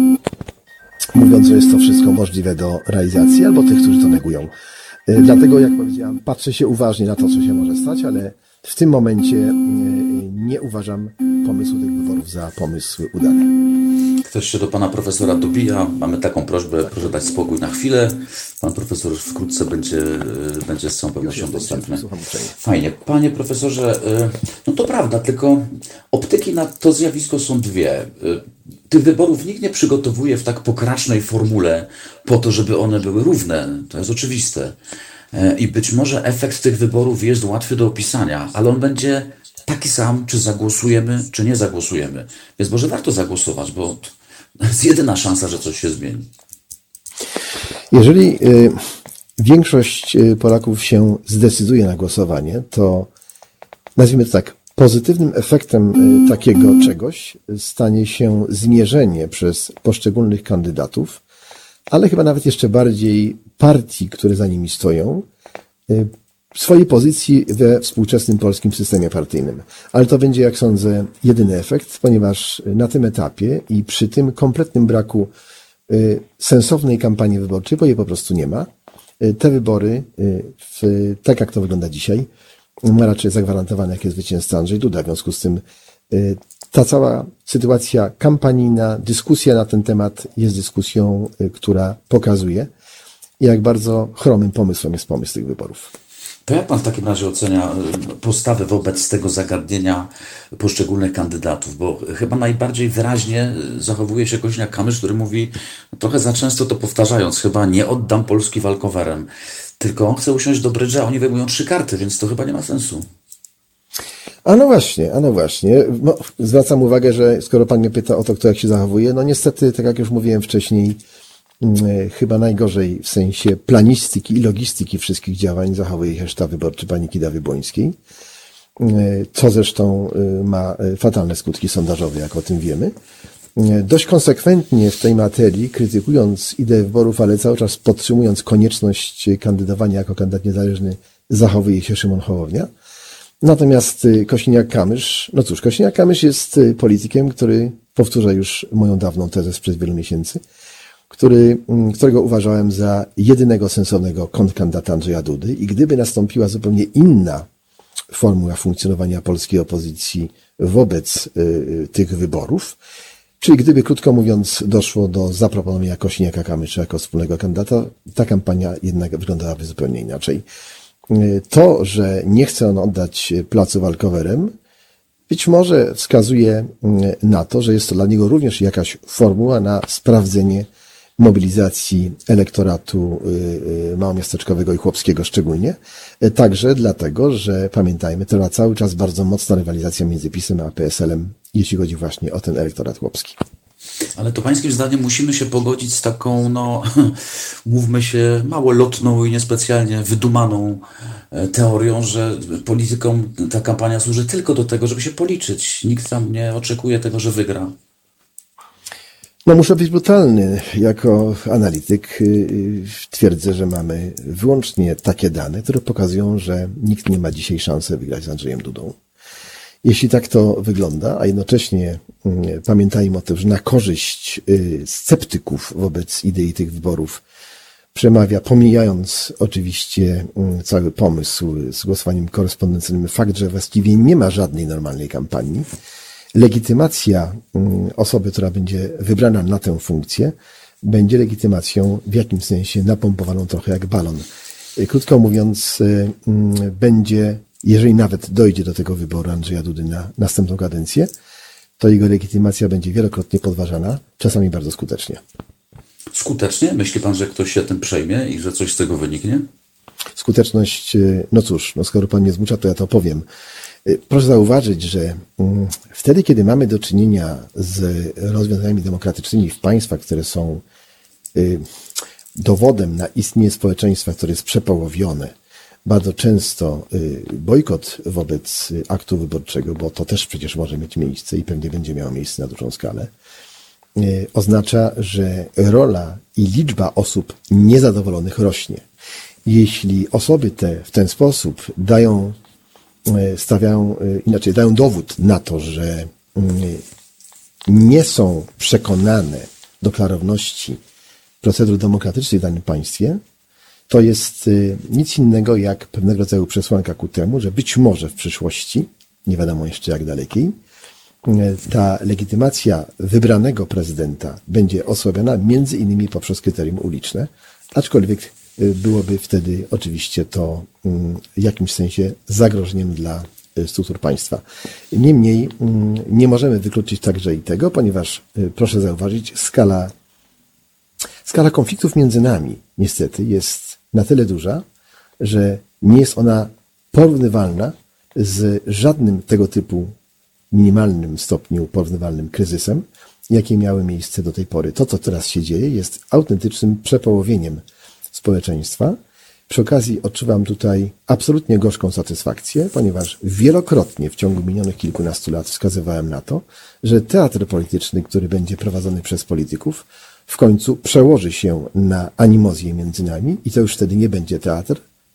mówiąc, że jest to wszystko możliwe do realizacji, albo tych, którzy to negują. Dlatego, jak powiedziałem, patrzę się uważnie na to, co się może stać, ale w tym momencie nie uważam pomysłu tych wyborów za pomysł udany. Ktoś się do pana profesora dobija. Mamy taką prośbę, proszę dać spokój na chwilę. Pan profesor wkrótce będzie, będzie z całą pewnością dostępny. Fajnie. Panie profesorze, no to prawda, tylko optyki na to zjawisko są dwie. Tych wyborów nikt nie przygotowuje w tak pokracznej formule po to, żeby one były równe. To jest oczywiste. I być może efekt tych wyborów jest łatwy do opisania, ale on będzie taki sam, czy zagłosujemy, czy nie zagłosujemy. Więc może warto zagłosować, bo to jest jedyna szansa, że coś się zmieni. Jeżeli y, większość Polaków się zdecyduje na głosowanie, to nazwijmy to tak, pozytywnym efektem y, takiego czegoś stanie się zmierzenie przez poszczególnych kandydatów, ale chyba nawet jeszcze bardziej partii, które za nimi stoją, y, swojej pozycji we współczesnym polskim systemie partyjnym. Ale to będzie, jak sądzę, jedyny efekt, ponieważ na tym etapie i przy tym kompletnym braku y, sensownej kampanii wyborczej, bo jej po prostu nie ma, y, te wybory, y, w, tak jak to wygląda dzisiaj, ma raczej zagwarantowane, jakie zwycięstwo Andrzej Duda. W związku z tym y, ta cała sytuacja kampanijna, dyskusja na ten temat jest dyskusją, y, która pokazuje, jak bardzo chromym pomysłem jest pomysł tych wyborów. To jak pan w takim razie ocenia postawę wobec tego zagadnienia poszczególnych kandydatów? Bo chyba najbardziej wyraźnie zachowuje się Kosiniak-Kamysz, który mówi, trochę za często to powtarzając, chyba nie oddam Polski walkowerem, tylko on chce usiąść do brydża, oni wyjmują trzy karty, więc to chyba nie ma sensu. A no właśnie, a no właśnie. No, zwracam uwagę, że skoro pan mnie pyta o to, kto jak się zachowuje, no niestety, tak jak już mówiłem wcześniej, chyba najgorzej w sensie planistyki i logistyki wszystkich działań zachowuje się sztab wyborczy pani Kidawy Błońskiej, co zresztą ma fatalne skutki sondażowe, jak o tym wiemy. Dość konsekwentnie w tej materii, krytykując ideę wyborów, ale cały czas podtrzymując konieczność kandydowania jako kandydat niezależny, zachowuje się Szymon Hołownia. Natomiast Kosiniak-Kamysz, no cóż, Kosiniak-Kamysz jest politykiem, który powtarza już moją dawną tezę sprzed wielu miesięcy, który, którego uważałem za jedynego sensownego kontrkandydata Andrzeja Dudy i gdyby nastąpiła zupełnie inna formuła funkcjonowania polskiej opozycji wobec y, tych wyborów, czyli gdyby, krótko mówiąc, doszło do zaproponowania Kosiniaka-Kamysza jako wspólnego kandydata, ta kampania jednak wyglądałaby zupełnie inaczej. Y, to, że nie chce on oddać placu walkowerem, być może wskazuje y, na to, że jest to dla niego również jakaś formuła na sprawdzenie mobilizacji elektoratu małomiasteczkowego i chłopskiego szczególnie. Także dlatego, że pamiętajmy, trwa cały czas bardzo mocna rywalizacja między PiS-em a P S L-em, jeśli chodzi właśnie o ten elektorat chłopski. Ale to pańskim zdaniem musimy się pogodzić z taką, no, mówmy się, mało lotną i niespecjalnie wydumaną teorią, że politykom ta kampania służy tylko do tego, żeby się policzyć. Nikt tam nie oczekuje tego, że wygra. No muszę być brutalny. Jako analityk twierdzę, że mamy wyłącznie takie dane, które pokazują, że nikt nie ma dzisiaj szansy wygrać z Andrzejem Dudą. Jeśli tak to wygląda, a jednocześnie pamiętajmy o tym, że na korzyść sceptyków wobec idei tych wyborów przemawia, pomijając oczywiście cały pomysł z głosowaniem korespondencyjnym, fakt, że właściwie nie ma żadnej normalnej kampanii, legitymacja osoby, która będzie wybrana na tę funkcję, będzie legitymacją w jakimś sensie napompowaną trochę jak balon. Krótko mówiąc, będzie, jeżeli nawet dojdzie do tego wyboru Andrzeja Dudy na następną kadencję, to jego legitymacja będzie wielokrotnie podważana, czasami bardzo skutecznie. Skutecznie? Myśli pan, że ktoś się tym przejmie i że coś z tego wyniknie? Skuteczność, no cóż, no skoro pan mnie zmusza, to ja to powiem. Proszę zauważyć, że wtedy, kiedy mamy do czynienia z rozwiązaniami demokratycznymi w państwach, które są dowodem na istnienie społeczeństwa, które jest przepołowione, bardzo często bojkot wobec aktu wyborczego, bo to też przecież może mieć miejsce i pewnie będzie miało miejsce na dużą skalę, oznacza, że rola i liczba osób niezadowolonych rośnie. Jeśli osoby te w ten sposób dają stawiają, inaczej dają dowód na to, że nie są przekonane do klarowności procedur demokratycznych w danym państwie, to jest nic innego jak pewnego rodzaju przesłanka ku temu, że być może w przyszłości, nie wiadomo jeszcze jak dalekiej, ta legitymacja wybranego prezydenta będzie osłabiona między innymi poprzez kryterium uliczne, aczkolwiek byłoby wtedy oczywiście to w jakimś sensie zagrożeniem dla struktur państwa. Niemniej nie możemy wykluczyć także i tego, ponieważ proszę zauważyć, skala, skala konfliktów między nami niestety jest na tyle duża, że nie jest ona porównywalna z żadnym tego typu minimalnym stopniu porównywalnym kryzysem, jakie miały miejsce do tej pory. To, co teraz się dzieje, jest autentycznym przepołowieniem społeczeństwa. Przy okazji odczuwam tutaj absolutnie gorzką satysfakcję, ponieważ wielokrotnie w ciągu minionych kilkunastu lat wskazywałem na to, że teatr polityczny, który będzie prowadzony przez polityków, w końcu przełoży się na animozję między nami i to już wtedy nie będzie teatr,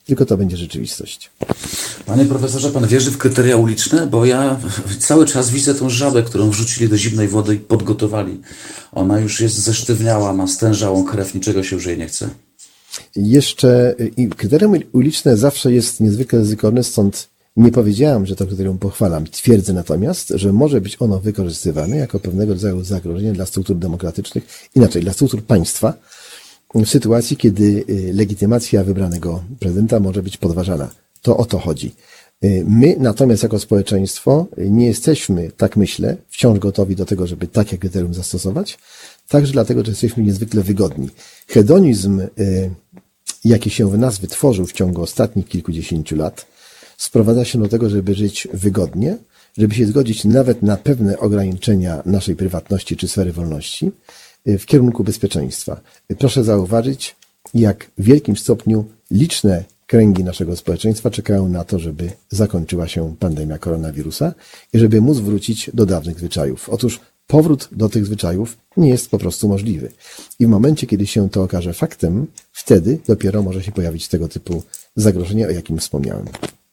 tylko to będzie rzeczywistość. Panie profesorze, pan wierzy w kryteria uliczne? Bo ja cały czas widzę tą żabę, którą wrzucili do zimnej wody i podgotowali. Ona już jest zesztywniała, ma stężałą krew, niczego się już jej nie chce. Jeszcze i kryterium uliczne zawsze jest niezwykle ryzykowne, stąd nie powiedziałem, że to kryterium pochwalam. Twierdzę natomiast, że może być ono wykorzystywane jako pewnego rodzaju zagrożenie dla struktur demokratycznych, inaczej, dla struktur państwa, w sytuacji, kiedy legitymacja wybranego prezydenta może być podważana. To o to chodzi. My natomiast jako społeczeństwo nie jesteśmy, tak myślę, wciąż gotowi do tego, żeby takie kryterium zastosować, także dlatego, że jesteśmy niezwykle wygodni. Hedonizm, jaki się w nas wytworzył w ciągu ostatnich kilkudziesięciu lat, sprowadza się do tego, żeby żyć wygodnie, żeby się zgodzić nawet na pewne ograniczenia naszej prywatności czy sfery wolności w kierunku bezpieczeństwa. Proszę zauważyć, jak w wielkim stopniu liczne kręgi naszego społeczeństwa czekają na to, żeby zakończyła się pandemia koronawirusa i żeby móc wrócić do dawnych zwyczajów. Otóż powrót do tych zwyczajów nie jest po prostu możliwy. I w momencie, kiedy się to okaże faktem, wtedy dopiero może się pojawić tego typu zagrożenie, o jakim wspomniałem.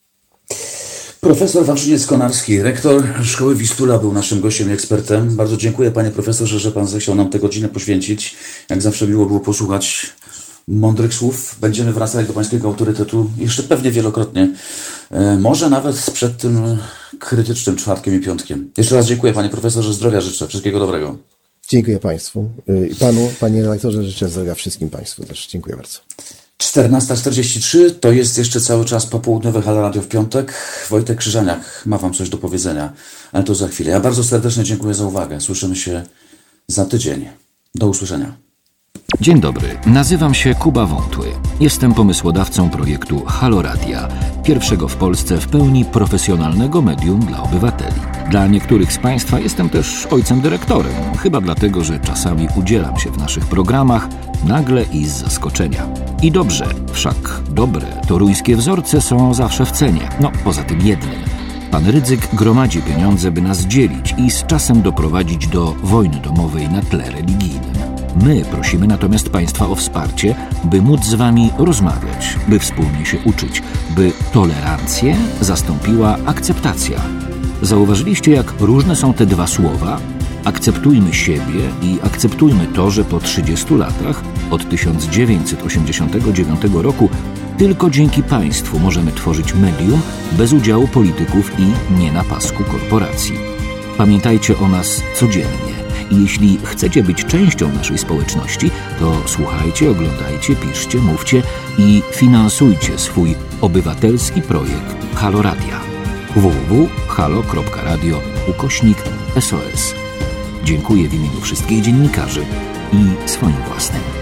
Profesor Wawrzyniec-Konarski, rektor Szkoły Wistula, był naszym gościem i ekspertem. Bardzo dziękuję, panie profesorze, że pan zechciał nam tę godzinę poświęcić. Jak zawsze miło było posłuchać mądrych słów. Będziemy wracać do pańskiego autorytetu jeszcze pewnie wielokrotnie. Może nawet przed tym krytycznym czwartkiem i piątkiem. Jeszcze raz dziękuję, panie profesorze, zdrowia życzę. Wszystkiego dobrego. Dziękuję państwu. I panu, panie redaktorze, życzę zdrowia wszystkim państwu też. Dziękuję bardzo. czternasta czterdzieści trzy to jest jeszcze cały czas popołudniowe Halo Radio w piątek. Wojtek Krzyżaniak ma wam coś do powiedzenia, ale to za chwilę. Ja bardzo serdecznie dziękuję za uwagę. Słyszymy się za tydzień. Do usłyszenia. Dzień dobry, nazywam się Kuba Wątły. Jestem pomysłodawcą projektu Halo Radia, pierwszego w Polsce w pełni profesjonalnego medium dla obywateli. Dla niektórych z Państwa jestem też ojcem dyrektorem, chyba dlatego, że czasami udzielam się w naszych programach nagle i z zaskoczenia. I dobrze, wszak dobre toruńskie wzorce są zawsze w cenie, no poza tym jednym. Pan Rydzyk gromadzi pieniądze, by nas dzielić i z czasem doprowadzić do wojny domowej na tle religijnym. My prosimy natomiast Państwa o wsparcie, by móc z Wami rozmawiać, by wspólnie się uczyć, by tolerancję zastąpiła akceptacja. Zauważyliście, jak różne są te dwa słowa? Akceptujmy siebie i akceptujmy to, że po trzydziestu latach, od tysiąc dziewięćset osiemdziesiątego dziewiątego roku, tylko dzięki państwu możemy tworzyć medium bez udziału polityków i nie na pasku korporacji. Pamiętajcie o nas codziennie. I jeśli chcecie być częścią naszej społeczności, to słuchajcie, oglądajcie, piszcie, mówcie i finansujcie swój obywatelski projekt Halo Radia. w w w kropka halo kropka radio ukośnik S O S. Dziękuję w imieniu wszystkich dziennikarzy i swoim własnym.